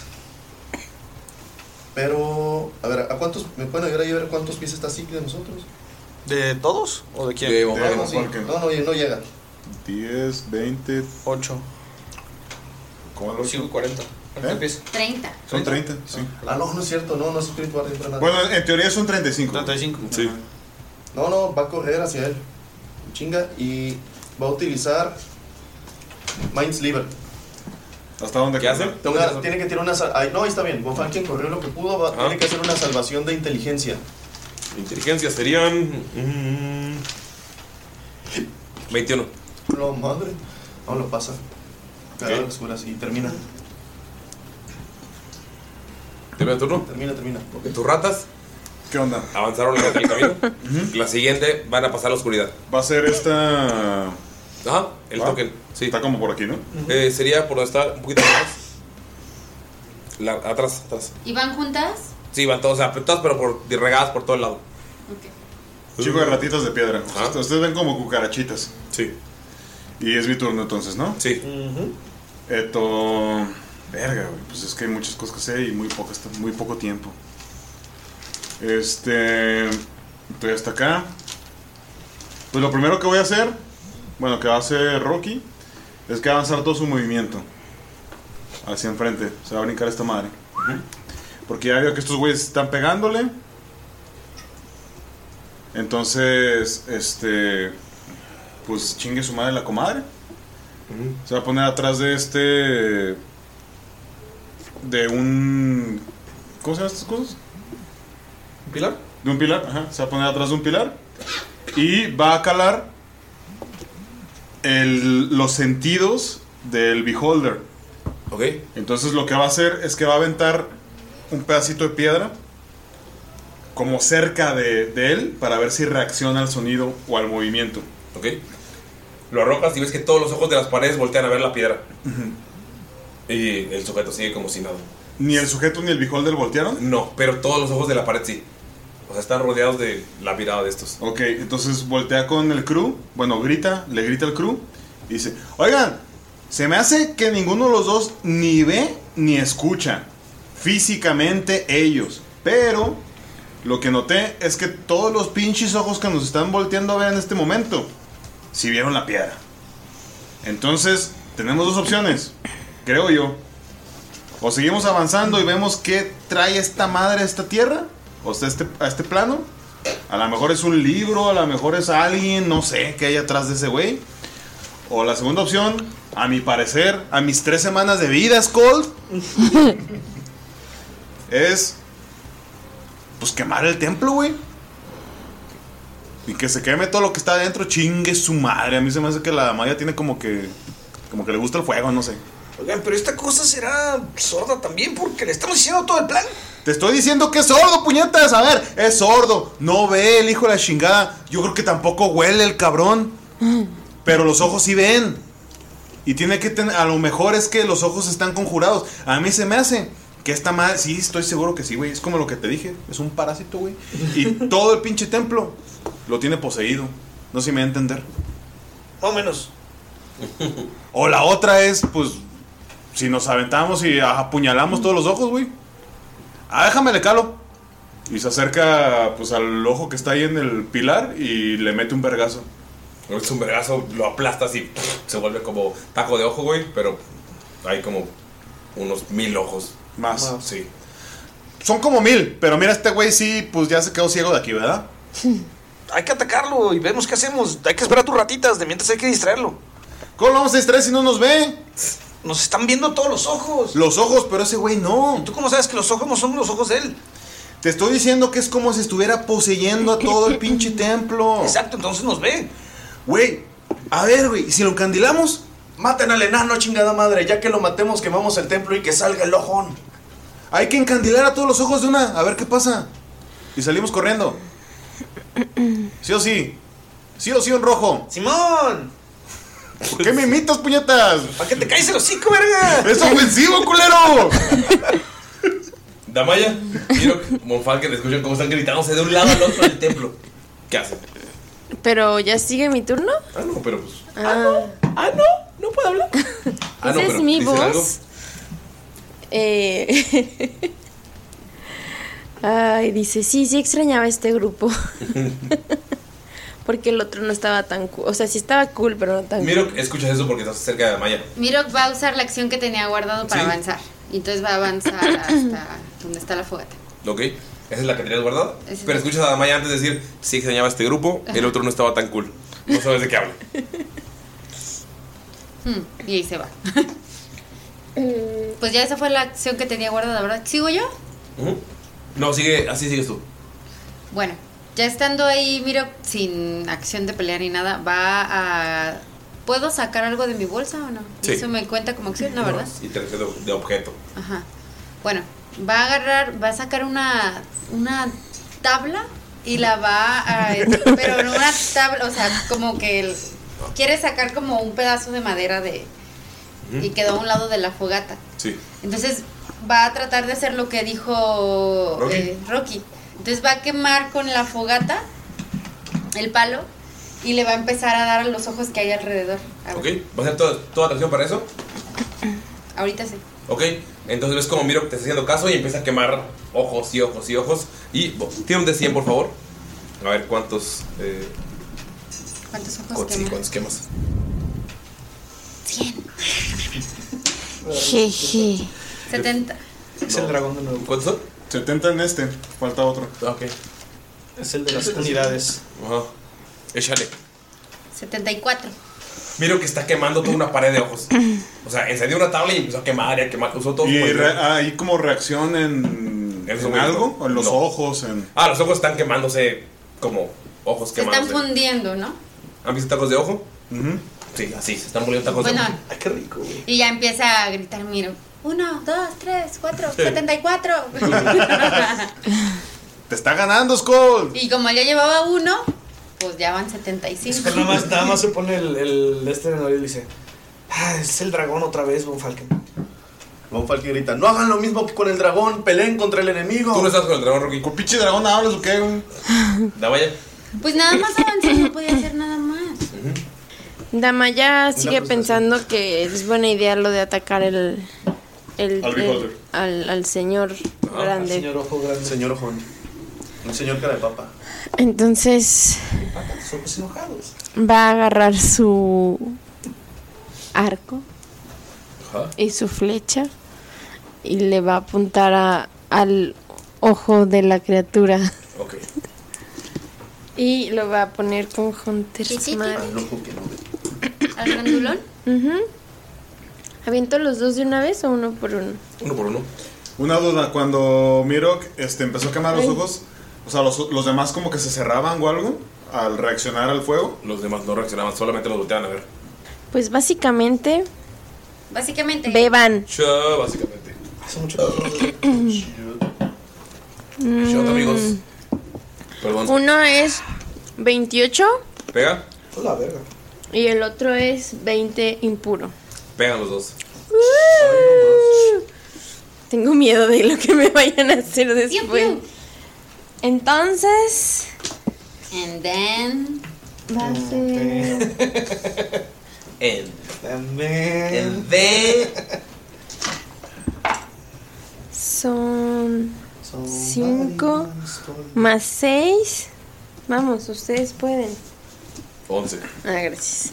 Pero, a ver, ¿a cuántos? ¿Me pueden ayudar a ver cuántos pies está así de nosotros? ¿De todos? ¿O de quién? De Von No, Falken. no, sí. Falken. no, no, no llega. diez, veinte... ocho. ¿Cómo lo cinco, cuarenta. ¿Cuántos ¿Eh? pies? treinta. Son treinta, sí. Ah, no, no es cierto, no, no es espíritu guardián para nada. Bueno, en teoría son treinta y cinco. treinta y cinco. Sí. No, no, va a correr hacia él. Chinga, y va a utilizar Mindsliver. ¿Hasta dónde? ¿Qué hace? Tengo que Una- hacer- tiene que tirar una... sal- Ay, no, ahí está bien. Von Falken corrió lo que pudo. Va, Ajá. tiene que hacer una salvación de inteligencia. Inteligencia serían. mm, veintiuno. No, madre. No, lo pasa. Cagado Ok. las oscuras y termina. ¿Termina el turno? Termina, termina. Ok, tus ratas ¿Qué onda? avanzaron la mitad del camino. La siguiente van a pasar a la oscuridad. Va a ser esta... Ajá, el Ah, token. Sí. Está como por aquí, ¿no? Eh, sería por donde está un poquito más. La, atrás, atrás. ¿Y van juntas? Sí, van todos, o sea, todas, pero por, regadas por todo el lado. Ok. Chico de ratitas de piedra. Ajá. Ustedes, ustedes ven como cucarachitas. Sí. Y es mi turno entonces, ¿no? Sí. Esto... Verga, güey. Pues es que hay muchas cosas que hacer y muy poco, muy poco tiempo. Este... Estoy hasta acá. Pues lo primero que voy a hacer, bueno, que va a hacer Rocky, es que va a avanzar todo su movimiento hacia enfrente. Se va a brincar esta madre. Uh-huh. Porque ya veo que estos güeyes están pegándole. Entonces, este, pues chingue su madre la comadre. Uh-huh. Se va a poner atrás de este, de un, ¿cómo se llaman estas cosas? ¿Un pilar? De un pilar, ajá. Se va a poner atrás de un pilar y va a calar el, los sentidos del beholder. Ok. Entonces lo que va a hacer es que va a aventar un pedacito de piedra como cerca de, de él para ver si reacciona al sonido o al movimiento. Ok. Lo arrojas y ves que todos los ojos de las paredes voltean a ver la piedra. Uh-huh. Y el sujeto sigue como si nada. ¿Ni el sujeto ni el beholder voltearon? No, pero todos los ojos de la pared sí. O sea, están rodeados de la mirada de estos. Ok, entonces voltea con el crew. Bueno, grita, le grita al crew y dice: oigan, se me hace que ninguno de los dos ni ve ni escucha físicamente ellos. Pero lo que noté es que todos los pinches ojos que nos están volteando a ver en este momento sí vieron la piedra. Entonces, tenemos dos opciones, creo yo. O seguimos avanzando y vemos qué trae esta madre a esta tierra, o sea, este, a este plano. A lo mejor es un libro, a lo mejor es alguien, no sé, qué hay atrás de ese güey. O la segunda opción, a mi parecer, a mis tres semanas de vida, Skull, es pues quemar el templo, güey. Y que se queme todo lo que está adentro, chingue su madre. A mí se me hace que la Maya tiene como que como que le gusta el fuego, no sé. Oigan, pero esta cosa será sorda también porque le estamos diciendo todo el plan. Te estoy diciendo que es sordo, puñetas. A ver, es sordo. No ve el hijo de la chingada. Yo creo que tampoco huele el cabrón. Pero los ojos sí ven. Y tiene que tener, a lo mejor es que los ojos están conjurados. A mí se me hace que esta madre, sí, estoy seguro que sí, güey. Es como lo que te dije, es un parásito, güey. Y todo el pinche templo lo tiene poseído. No sé si me va a entender. Más o menos. O la otra es, pues, si nos aventamos y apuñalamos todos los ojos, güey. Ah, déjame le calo. Y se acerca, pues, al ojo que está ahí en el pilar y le mete un vergazo. Es un vergazo, lo aplastas y se vuelve como taco de ojo, güey. Pero hay como unos mil ojos. Más. Ah, sí. Son como mil, pero mira, este güey sí, pues ya se quedó ciego de aquí, ¿verdad? Hay que atacarlo y vemos qué hacemos. Hay que esperar a tus ratitas, de mientras hay que distraerlo. ¿Cómo lo vamos a distraer si no nos ve? Nos están viendo todos los ojos. Los ojos, pero ese güey no. ¿Y tú cómo sabes que los ojos no son los ojos de él? Te estoy diciendo que es como si estuviera poseyendo a todo el pinche templo. Exacto, entonces nos ve. Güey, a ver, güey, ¿si lo encandilamos? Maten al enano, chingada madre. Ya que lo matemos, quemamos el templo y que salga el ojón. Hay que encandilar a todos los ojos de una, a ver qué pasa. Y salimos corriendo. ¿Sí o sí? ¿Sí o sí en rojo? ¡Simón! ¿Por qué me imitas, puñetas? ¡Para que te caes el hocico, verga! ¡Es ofensivo, culero! Damaya, Mirok, Monfalken, escuchan cómo están gritándose de un lado al otro del templo. ¿Qué hacen? Pero ya sigue mi turno. Ah, no, pero pues. Ah, ah no, ah, no, no puedo hablar. Ah, Esa no, es mi voz. Algo? Eh. Ay, dice, sí, sí extrañaba este grupo. Porque el otro no estaba tan cool. O sea, sí estaba cool, pero no tan Mirok, cool. escuchas eso porque estás cerca de Damaya. Mirok va a usar la acción que tenía guardado para ¿Sí? avanzar. Y entonces va a avanzar hasta donde está la fogata. Ok, esa es la que tenías guardada. Esa Pero es. escuchas a Damaya antes de decir, sí extrañaba este grupo, el otro no estaba tan cool. No sabes de qué habla. Hmm, y ahí se va. Pues ya esa fue la acción que tenía guardada, ¿verdad? ¿Sigo yo? Uh-huh. No, sigue, así sigues tú. Bueno, ya estando ahí, Miro, sin acción de pelear ni nada, va a... ¿Puedo sacar algo de mi bolsa o no? Sí. ¿Eso me cuenta como acción? No, ¿verdad? Y te refieres de, de objeto. Ajá. Bueno, va a agarrar, va a sacar una, una tabla y la va a... Pero no una tabla, o sea, como que el, quiere sacar como un pedazo de madera de... Uh-huh. Y quedó a un lado de la fogata. Sí. Entonces va a tratar de hacer lo que dijo Rocky. Eh, Rocky. Entonces va a quemar con la fogata el palo y le va a empezar a dar a los ojos que hay alrededor. A Ok, ver. ¿vas a hacer toda, toda atención para eso? Ahorita sí. Ok, entonces ves como Mirok te está haciendo caso y empieza a quemar ojos y ojos y ojos. Y oh, tiene un de cien, por favor. A ver, ¿cuántos? Eh, ¿Cuántos ojos ¿cuántos, sí, quema? ¿Cuántos quemas? cien. Jeje. setenta. Es el dragón de nuevo. ¿Cuántos son? setenta en este. Falta otro. Ok. Es el de las unidades. Ajá. Échale. setenta y cuatro. Miro que está quemando toda una pared de ojos. O sea, encendió una tabla y empezó a quemar y a quemar. Usó todo ¿Y su re- hay como reacción en, ¿En en su algo? momento? ¿En los No. ojos? En... Ah, los ojos están quemándose como ojos Se están quemándose. fundiendo, ¿no? ¿Han visto tacos de ojo? Sí, así, se están volviendo tacos Bueno. de ojo. Ay, qué rico, güey. Y ya empieza a gritar, miro. Uno, dos, tres, cuatro, setenta y cuatro. ¡Te está ganando, Skull! Y como ya llevaba uno, pues ya van setenta y cinco. Nada más, nada más se pone el, el este en el oído y dice: ah, es el dragón otra vez, Von Falken. Von Falken grita: no hagan lo mismo que con el dragón, peleen contra el enemigo. ¿Tú no estás con el dragón, Rocky? ¿Con pinche dragón hablas o qué, güey? Da vaya. Pues nada más avanzó, no podía hacer nada más. Damaya sigue pensando que es buena idea lo de atacar el. el, Al el- beholder. al, al señor Ah, grande. Señor ojo grande. Señor ojón. Un señor cara de papa. Entonces Patas, ojos enojados. va a agarrar su arco Ajá. y su flecha y le va a apuntar a, al ojo de la criatura Ok. y lo va a poner con Hunter's Sí, sí, sí. Mark. Al ojo que no ve. ¿Al grandulón? Ujú. ¿Aviento los dos de una vez o uno por uno? Uno por uno. Una duda, cuando Mirok este, empezó a quemar los Ay. ojos, o sea, los, los demás como que se cerraban o algo al reaccionar al fuego. Los demás no reaccionaban, solamente los volteaban a ver. Pues básicamente Básicamente. beban. Shot, básicamente. Hace mucho que Shot, amigos. Perdón. Uno es veintiocho ¿Pega? no. La verga. y el otro es veinte impuro. Pegan los dos. Tengo miedo de lo que me vayan a hacer después. piu. Entonces, And then. va a ser En. También. En de. son Son cinco varios con- más seis. Vamos, ustedes pueden. Once. Ah, gracias.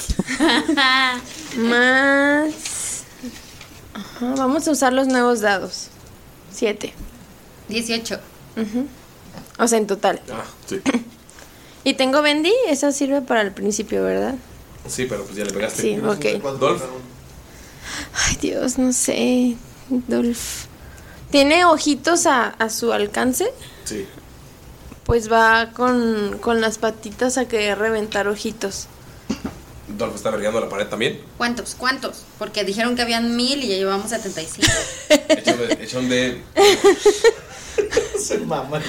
Más. Ajá, vamos a usar los nuevos dados. Siete. dieciocho. Ujú. O sea, en total. Ah, sí. Y tengo Bendy, eso sirve para el principio, ¿verdad? Sí, pero pues ya le pegaste. Sí, ok. Dolph. Ay, Dios, no sé. Dolph. ¿Tiene ojitos a, a su alcance? Sí. Pues va con, con las patitas a querer reventar ojitos. Dolph está vergando la pared también. ¿Cuántos? ¿Cuántos? Porque dijeron que habían mil y ya llevamos setenta y cinco. Echa un de- echa un de. Se mama.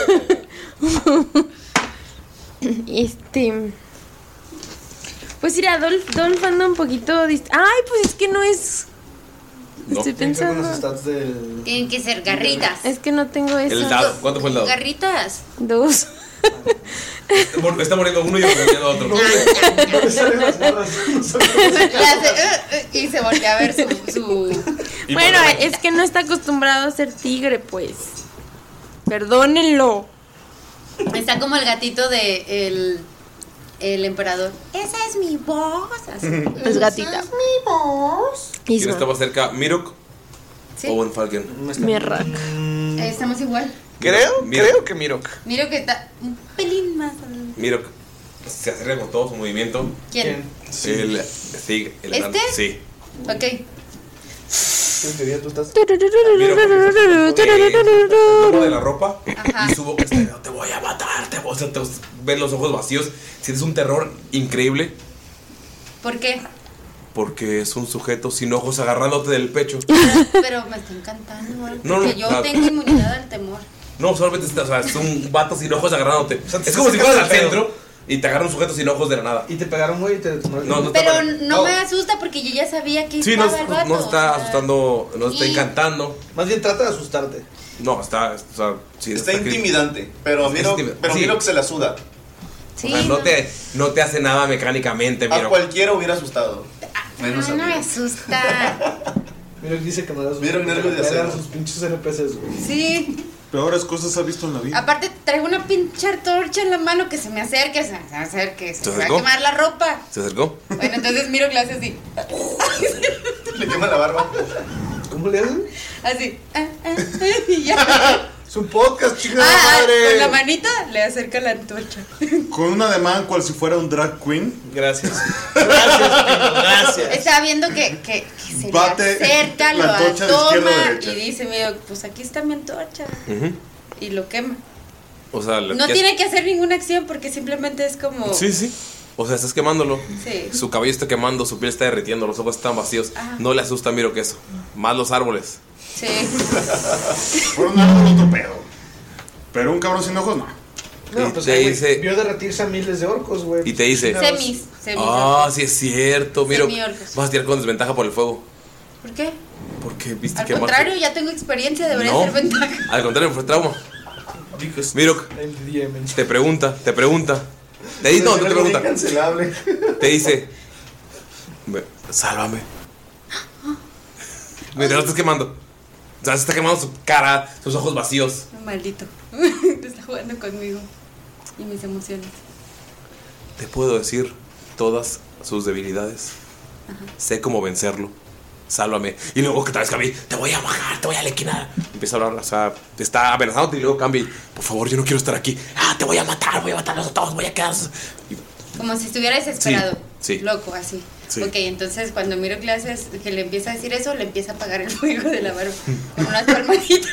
Este. Pues mira, Dolph, Dolph anda un poquito. dist- Ay, pues es que no es. No. Estoy Tiene que ver con los pensando. stats del. Tienen que ser garritas. Es que no tengo eso. El dado. ¿Cuánto fue el dado? Garritas. Dos. Mor- Está muriendo uno y muriendo otro. Le hace, "Uh, uh", y se voltea a ver su. su... Y Bueno, cuando- es que no está acostumbrado a ser tigre, pues. Perdónenlo. Está como el gatito de el, el emperador. Esa es mi voz. Así. Es gatita. ¿Quién Isma. está más cerca? ¿Mirok Sí. o Von Falken? Mi rack. Eh, Estamos igual. Creo, Mira. creo que Mirok. Miro que está un pelín más. Mirok se acerca con todo su movimiento. ¿Quién? El Zig, el ¿Este? enano. Sí. Ok. En teoría tú estás. Mirok de la ropa Ajá. y su boca está. Te voy a matar. Te voy a. Te ven los ojos vacíos. Sientes un terror increíble ¿Por qué? porque es un sujeto sin ojos agarrándote del pecho. Pero me está encantando. ¿no? No, no, Porque yo nada. tengo inmunidad al temor. No, solamente está, o sea, es un vato sin ojos agarrándote. sea, te Es como si sacas fueras al el pedo. centro y te agarra un sujeto sin ojos de la nada. Y te pegaron, güey, y te. No, no. Pero está- no me asusta porque yo ya sabía que Sí, no, estaba el vato. no está o sea, asustando, no está y- encantando. Más bien trata de asustarte. No, está, o sea, sí, Está cri- intimidante, pero Es miro, intimidante. pero Sí. miro que se la suda. Sí, o sea, no no. te, no te hace nada mecánicamente, A mira. cualquiera hubiera asustado. Menos Ay, a no mí. me asusta. Mirok dice que no das. Mirok nervios de pegan acero. sus pinches N P Cs, güey. Sí. Peores cosas ha visto en la vida. Aparte, traigo una pinche antorcha en la mano que se me acerque, se me acerque, se, ¿Se me va a acercó? quemar la ropa. ¿Se acercó? Bueno, entonces miro Glass así. Le quema la barba. ¿Cómo le hacen? Así. Ah, ah, ah, y ya. Es un podcast, chica de Ah, madre. con la manita le acerca la antorcha. Con un ademán cual si fuera un drag queen. Gracias. Gracias, Pino, gracias. Estaba viendo que, que, que se Bate le acerca, lo la antorcha de izquierda a toma derecha. y dice, mira, pues aquí está mi antorcha. Ujú. Y lo quema. O sea, le- No ya- tiene que hacer ninguna acción porque simplemente es como... Sí, sí. O sea, estás quemándolo. Sí. Su cabello está quemando, su piel está derritiendo, los ojos están vacíos. Ajá. No le asusta, miro que eso. Más los árboles. Sí. Por un árbol otro pedo. Pero un cabrón sin ojos, no. No, Y pues te ahí, güey, dice- vio derretirse a miles de orcos, güey. Y te dice... Semis. Semis. Ah, sí es cierto. Miro, Semiorcos. vas a tirar con desventaja por el fuego. ¿Por qué? Porque viste Al que contrario, ya tengo experiencia, debería No. ser ventaja. Al contrario, fue trauma. Miro, te pregunta, te pregunta. Te dice, no, no te pregunta. Cancelable. Te dice, "Ve, sálvame. Mientras lo estás quemando. O sea, se está quemando su cara, sus ojos vacíos. Maldito. Está jugando conmigo. Y mis emociones. Te puedo decir todas sus debilidades. Sé cómo vencerlo. Sálvame. Y luego que tal vez cambie, te voy a bajar, te voy a lequinar. Empieza a hablar, o sea, te está amenazándote y luego cambia. y, Por favor, yo no quiero estar aquí. Ah, te voy a matar, voy a matarlos a todos, voy a quedar. Y Como si estuviera desesperado. Sí, sí. Loco, así. Sí. Ok, entonces cuando miro clases que le empieza a decir eso, le empieza a apagar el fuego de la barba. Con unas palmaditas.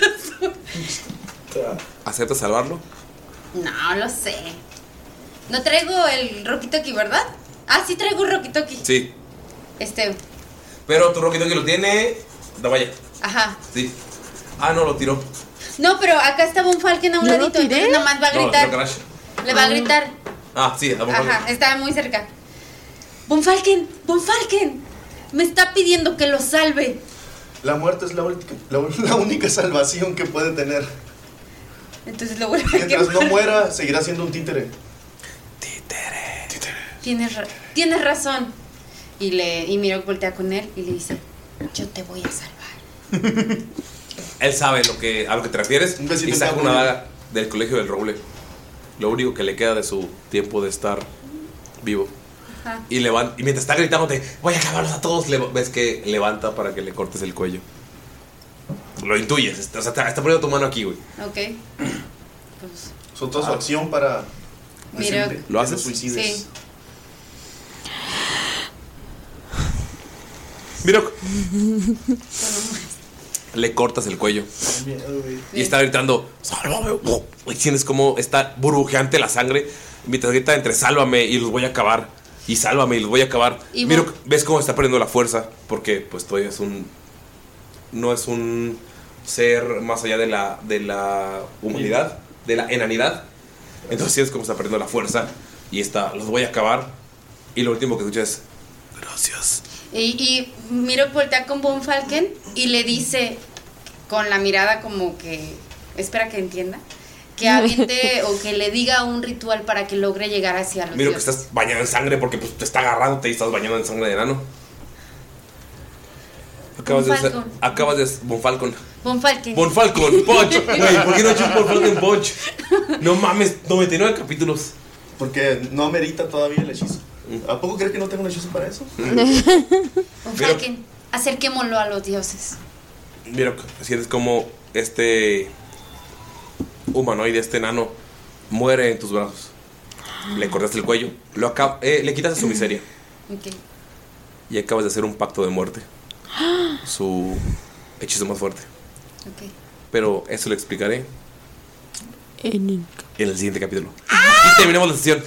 ¿Aceptas salvarlo? No, lo sé. No traigo el Rocky Toki, ¿verdad? Ah, sí traigo un Rocky Toki. Sí. Este, Pero tu roquito que lo tiene. No vaya. ajá. Sí. Ah, no, lo tiró. No, pero acá estaba un Falcon a un ¿Yo lo ladito, tiré? entonces nomás va a No, lo gritar. tiró Crash. Le va a gritar. Ah, sí, a lo mejor. Ajá, estaba muy cerca. Von Falken, Von Falken, me está pidiendo que lo salve. La muerte es la, única- la, la única salvación que puede tener. Entonces lo vuelve a Mientras no quemar. muera, seguirá siendo un títere. Tienes, ra- tienes razón. Y le y Miro voltea con él y le dice, yo te voy a salvar. Él sabe lo que, a lo que te refieres. Un besito Y en saca cada una uno. daga del colegio del roble. Lo único que le queda de su tiempo de estar vivo. Ajá. Y, levan- y mientras está gritándote, voy a acabarlos a todos, le- ves que levanta para que le cortes el cuello. Lo intuyes, está, o sea, está, está poniendo tu mano aquí, güey. Ok. Pues, Son toda su acción para Mira, decirle ¿lo que haces? te suicides. sí. Mira, le cortas el cuello. Y está gritando, sálvame. Y sientes como está burbujeante la sangre. Mientras grita entre sálvame y los voy a acabar. Y sálvame y los voy a acabar. Y Mira, vos- ves cómo está perdiendo la fuerza. Porque pues todavía es un... No es un ser más allá de la, de la humanidad, de la enanidad. Entonces sientes cómo está perdiendo la fuerza. Y está, los voy a acabar. Y lo último que escuchas es, gracias. Y, y Miro voltea con Von Falken y le dice con la mirada como que espera que entienda, que aviente o que le diga un ritual para que logre llegar hacia los Miro que dioses. estás bañado en sangre porque pues, te está agarrándote y estás bañado en sangre de enano. Acabas de Bonfalcon. usar- Acabas de. Bonfalcon. Von Falken. Bonfalcon, Punch. Güey, ¿por qué no echas Bonfalcon Punch? No mames, noventa y nueve capítulos. Porque no amerita todavía el hechizo. ¿A poco crees que no tengo un hechizo para eso? Von Miro- Falken, acerquémoslo a los dioses. Mira, sientes como este humanoide, este enano, muere en tus brazos. Le cortaste el cuello, lo acab- eh, le quitaste su miseria Ok. y acabas de hacer un pacto de muerte. Su hechizo más fuerte. Ok. Pero eso lo explicaré En el- en el siguiente capítulo. Y terminamos la sesión.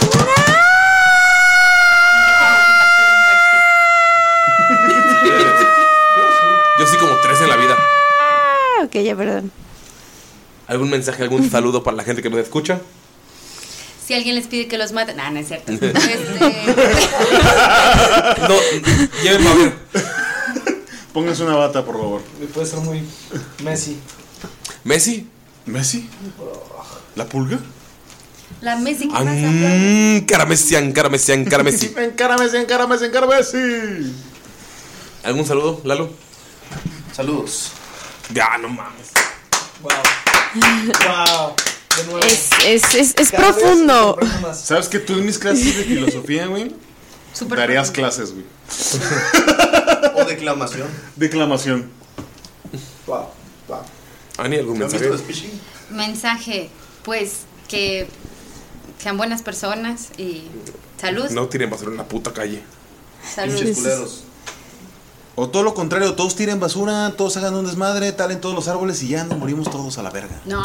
Yo sí como tres en la vida. Ah, ok, ya, perdón. ¿Algún mensaje, algún saludo para la gente que nos escucha? Si alguien les pide que los maten, nah, no es cierto. Este, No, llévenme a ver. Pónganse una bata, por favor. Puede ser muy Messi. ¿Messi? ¿Messi? ¿La pulga? la Messi que pasa. An- cara Messi, an- cara Messi, an- cara Messi. Encara Messi, encara Messi, encara Messi. ¿Algún saludo, Lalo? Saludos. Ya, no mames. Wow. Wow. De nuevo. Es, es, es, es Cada vez profundo. me sorprende más. ¿Sabes que tú en mis clases de filosofía, güey, Súper darías profundo. clases, güey? O declamación. Declamación. Wow. Wow. Ani, ¿algún ¿Has mensaje? visto The Speaking? Mensaje, pues que sean buenas personas y salud. No tiren basura en la puta calle. Salud. Pinches culeros. O todo lo contrario, todos tiren basura, todos hagan un desmadre, talen todos los árboles y ya nos morimos todos a la verga. No.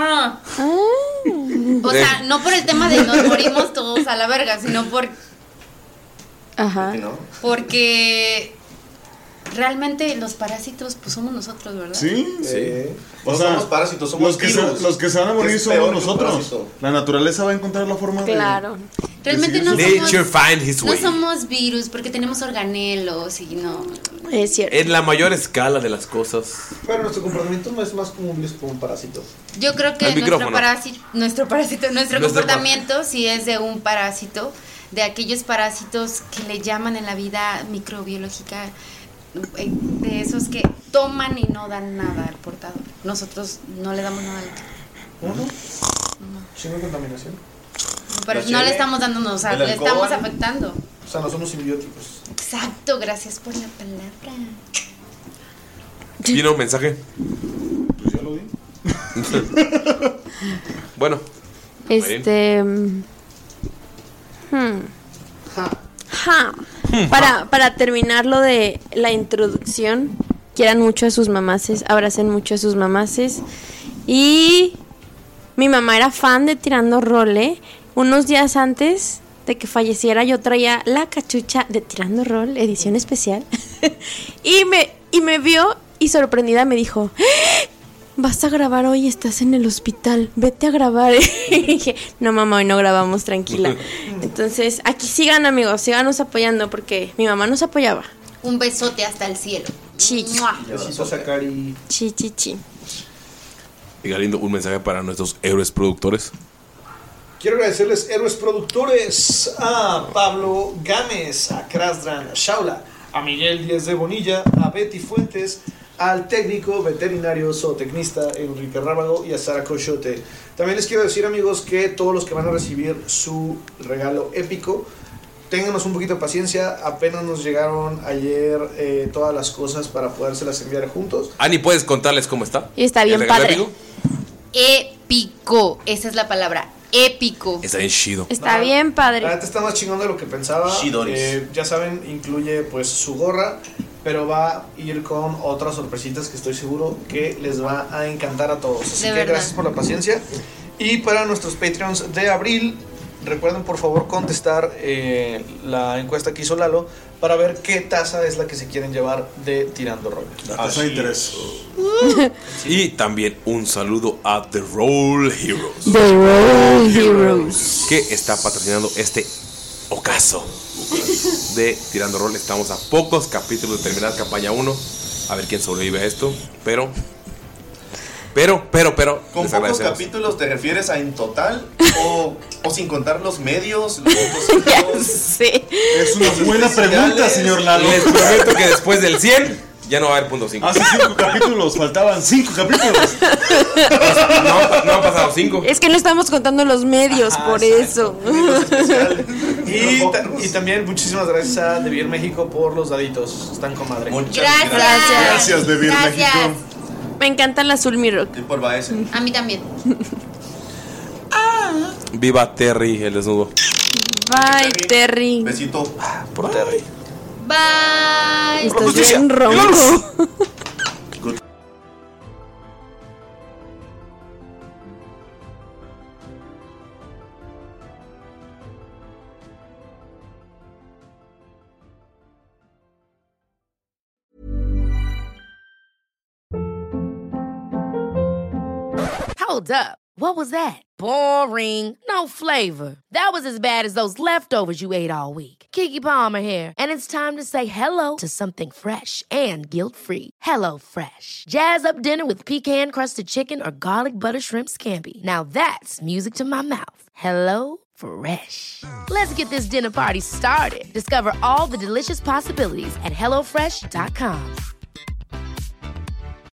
O sea, no por el tema de nos morimos todos a la verga, sino por Ajá. ¿Sí, no? porque realmente los parásitos pues somos nosotros, ¿verdad? ¿Sí? Sí. O No sea, somos parásitos, somos los que, se, virus. los que se van a morir Es somos peor que un nosotros. parásito. La naturaleza va a encontrar la forma de... Claro. Realmente Sí, no sí. Nature somos, find his no way. somos virus porque tenemos organelos y no. Es cierto. En la mayor escala de las cosas. Pero nuestro comportamiento no es más como un virus, como un parásito. Yo creo que Al nuestro micrófono. parásito, nuestro parásito, nuestro Nuestro comportamiento sí es de un parásito, de aquellos parásitos que le llaman en la vida microbiológica, eh, de esos que toman y no dan nada al portador. Nosotros no le damos nada al ¿No? No. Chingo de contaminación. pero La no le cheve, estamos dando, o sea, el le alcohol. estamos afectando. O sea, no somos simbióticos. Exacto, gracias por la palabra. ¿Tiene un mensaje? Pues ya lo vi. Bueno. Este. mm, hmm. Ja. Para, para terminar lo de la introducción, quieran mucho a sus mamaces, abracen mucho a sus mamaces. Y mi mamá era fan de Tirando Role. Unos días antes de que falleciera, yo traía la cachucha de Tirando Rol, edición especial. y, me, y me vio y sorprendida me dijo: vas a grabar hoy, estás en el hospital, vete a grabar. Y dije: no, mamá, hoy no grabamos, tranquila. Entonces, aquí sigan, amigos, síganos apoyando porque mi mamá nos apoyaba. Un besote hasta el cielo. Chi, ¡Mua! Besitos a Cari. chi, chi, chi. Y Galindo, un mensaje para nuestros héroes productores. Quiero agradecerles, héroes productores, a Pablo Gámez, a Krasdran Shaula, a Miguel Díez de Bonilla, a Betty Fuentes, al técnico veterinario zootecnista Enrique Rábago y a Sara Cochote. También les quiero decir, amigos, que todos los que van a recibir su regalo épico, ténganos un poquito de paciencia. Apenas nos llegaron ayer eh, todas las cosas para podérselas enviar juntos. Ani, ¿puedes contarles cómo está? Y está ¿El bien regalo padre. épico? Épico, esa es la palabra, épico. Está bien chido. Está No, bien La padre. neta está más chingón de lo que pensaba. Shidoris. Eh, ya saben, incluye pues su gorra, pero va a ir con otras sorpresitas que estoy seguro que les va a encantar a todos. Así De que verdad. gracias por la paciencia. Y para nuestros Patreons de abril, recuerden por favor contestar eh, la encuesta que hizo Lalo para ver qué taza es la que se quieren llevar de Tirando Rol. La tasa de interés. Y también un saludo a The Roll Heroes, The Roll Heroes. que está patrocinando este ocaso de Tirando Rol. Estamos a pocos capítulos de terminar campaña uno. A ver quién sobrevive a esto. Pero, pero, pero, pero, ¿Con les pocos agradecemos. capítulos te refieres a en total? ¿O, o sin contar los medios? Los, los- Ya los- sé. Es una buena pregunta, señor Lalo. Les prometo que después del cien ya no va a haber punto cinco. Hace cinco capítulos, faltaban cinco capítulos. No, no han pasado cinco. Es que no estamos contando los medios, Ajá, por exacto. eso. medios especiales. Y, Pero ta- pocos. y también muchísimas gracias a De Bien México por los daditos. Están con madre. Muchas Gracias. Gracias. Gracias, De Bien Gracias. México. Me encanta el azul Mirror. Y por Baez. A mí también. Viva Terry, el desnudo. Bye, Terry. Besito. Por Terry. Bye. Estás justicia. bien ronco. Hold up. What was that? Boring. No flavor. That was as bad as those leftovers you ate all week. Keke Palmer here, and it's time to say hello to something fresh and guilt-free. Hello Fresh. Jazz up dinner with pecan-crusted chicken or garlic butter shrimp scampi. Now that's music to my mouth. Hello Fresh. Let's get this dinner party started. Discover all the delicious possibilities at hello fresh dot com.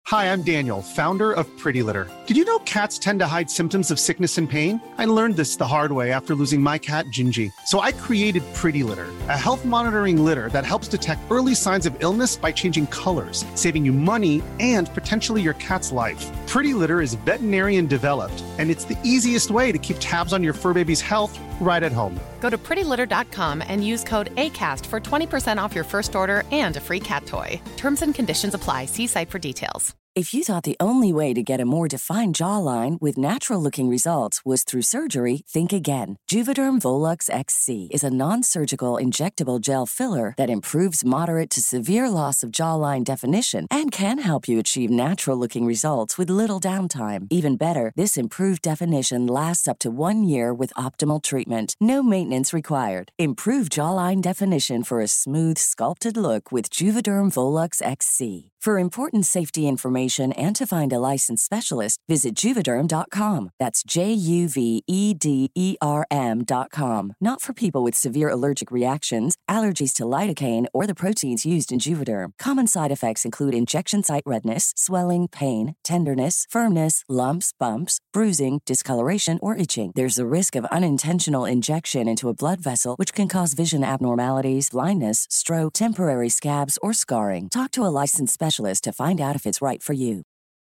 Hi, I'm Daniel, founder of Pretty Litter. Did you know cats tend to hide symptoms of sickness and pain? I learned this the hard way after losing my cat, Gingy. So I created Pretty Litter, a health monitoring litter that helps detect early signs of illness by changing colors, saving you money and potentially your cat's life. Pretty Litter is veterinarian developed, and it's the easiest way to keep tabs on your fur baby's health right at home. Go to pretty litter dot com and use code ACAST for twenty percent off your first order and a free cat toy. Terms and conditions apply. See site for details. If you thought the only way to get a more defined jawline with natural-looking results was through surgery, think again. Juvederm Volux X C is a non-surgical injectable gel filler that improves moderate to severe loss of jawline definition and can help you achieve natural-looking results with little downtime. Even better, this improved definition lasts up to one year with optimal treatment. No maintenance required. Improve jawline definition for a smooth, sculpted look with Juvederm Volux X C. For important safety information and to find a licensed specialist, visit Juvederm dot com. That's J U V E D E R M dot com. Not for people with severe allergic reactions, allergies to lidocaine, or the proteins used in Juvederm. Common side effects include injection site redness, swelling, pain, tenderness, firmness, lumps, bumps, bruising, discoloration, or itching. There's a risk of unintentional injection into a blood vessel, which can cause vision abnormalities, blindness, stroke, temporary scabs, or scarring. Talk to a licensed specialist to find out if it's right for you.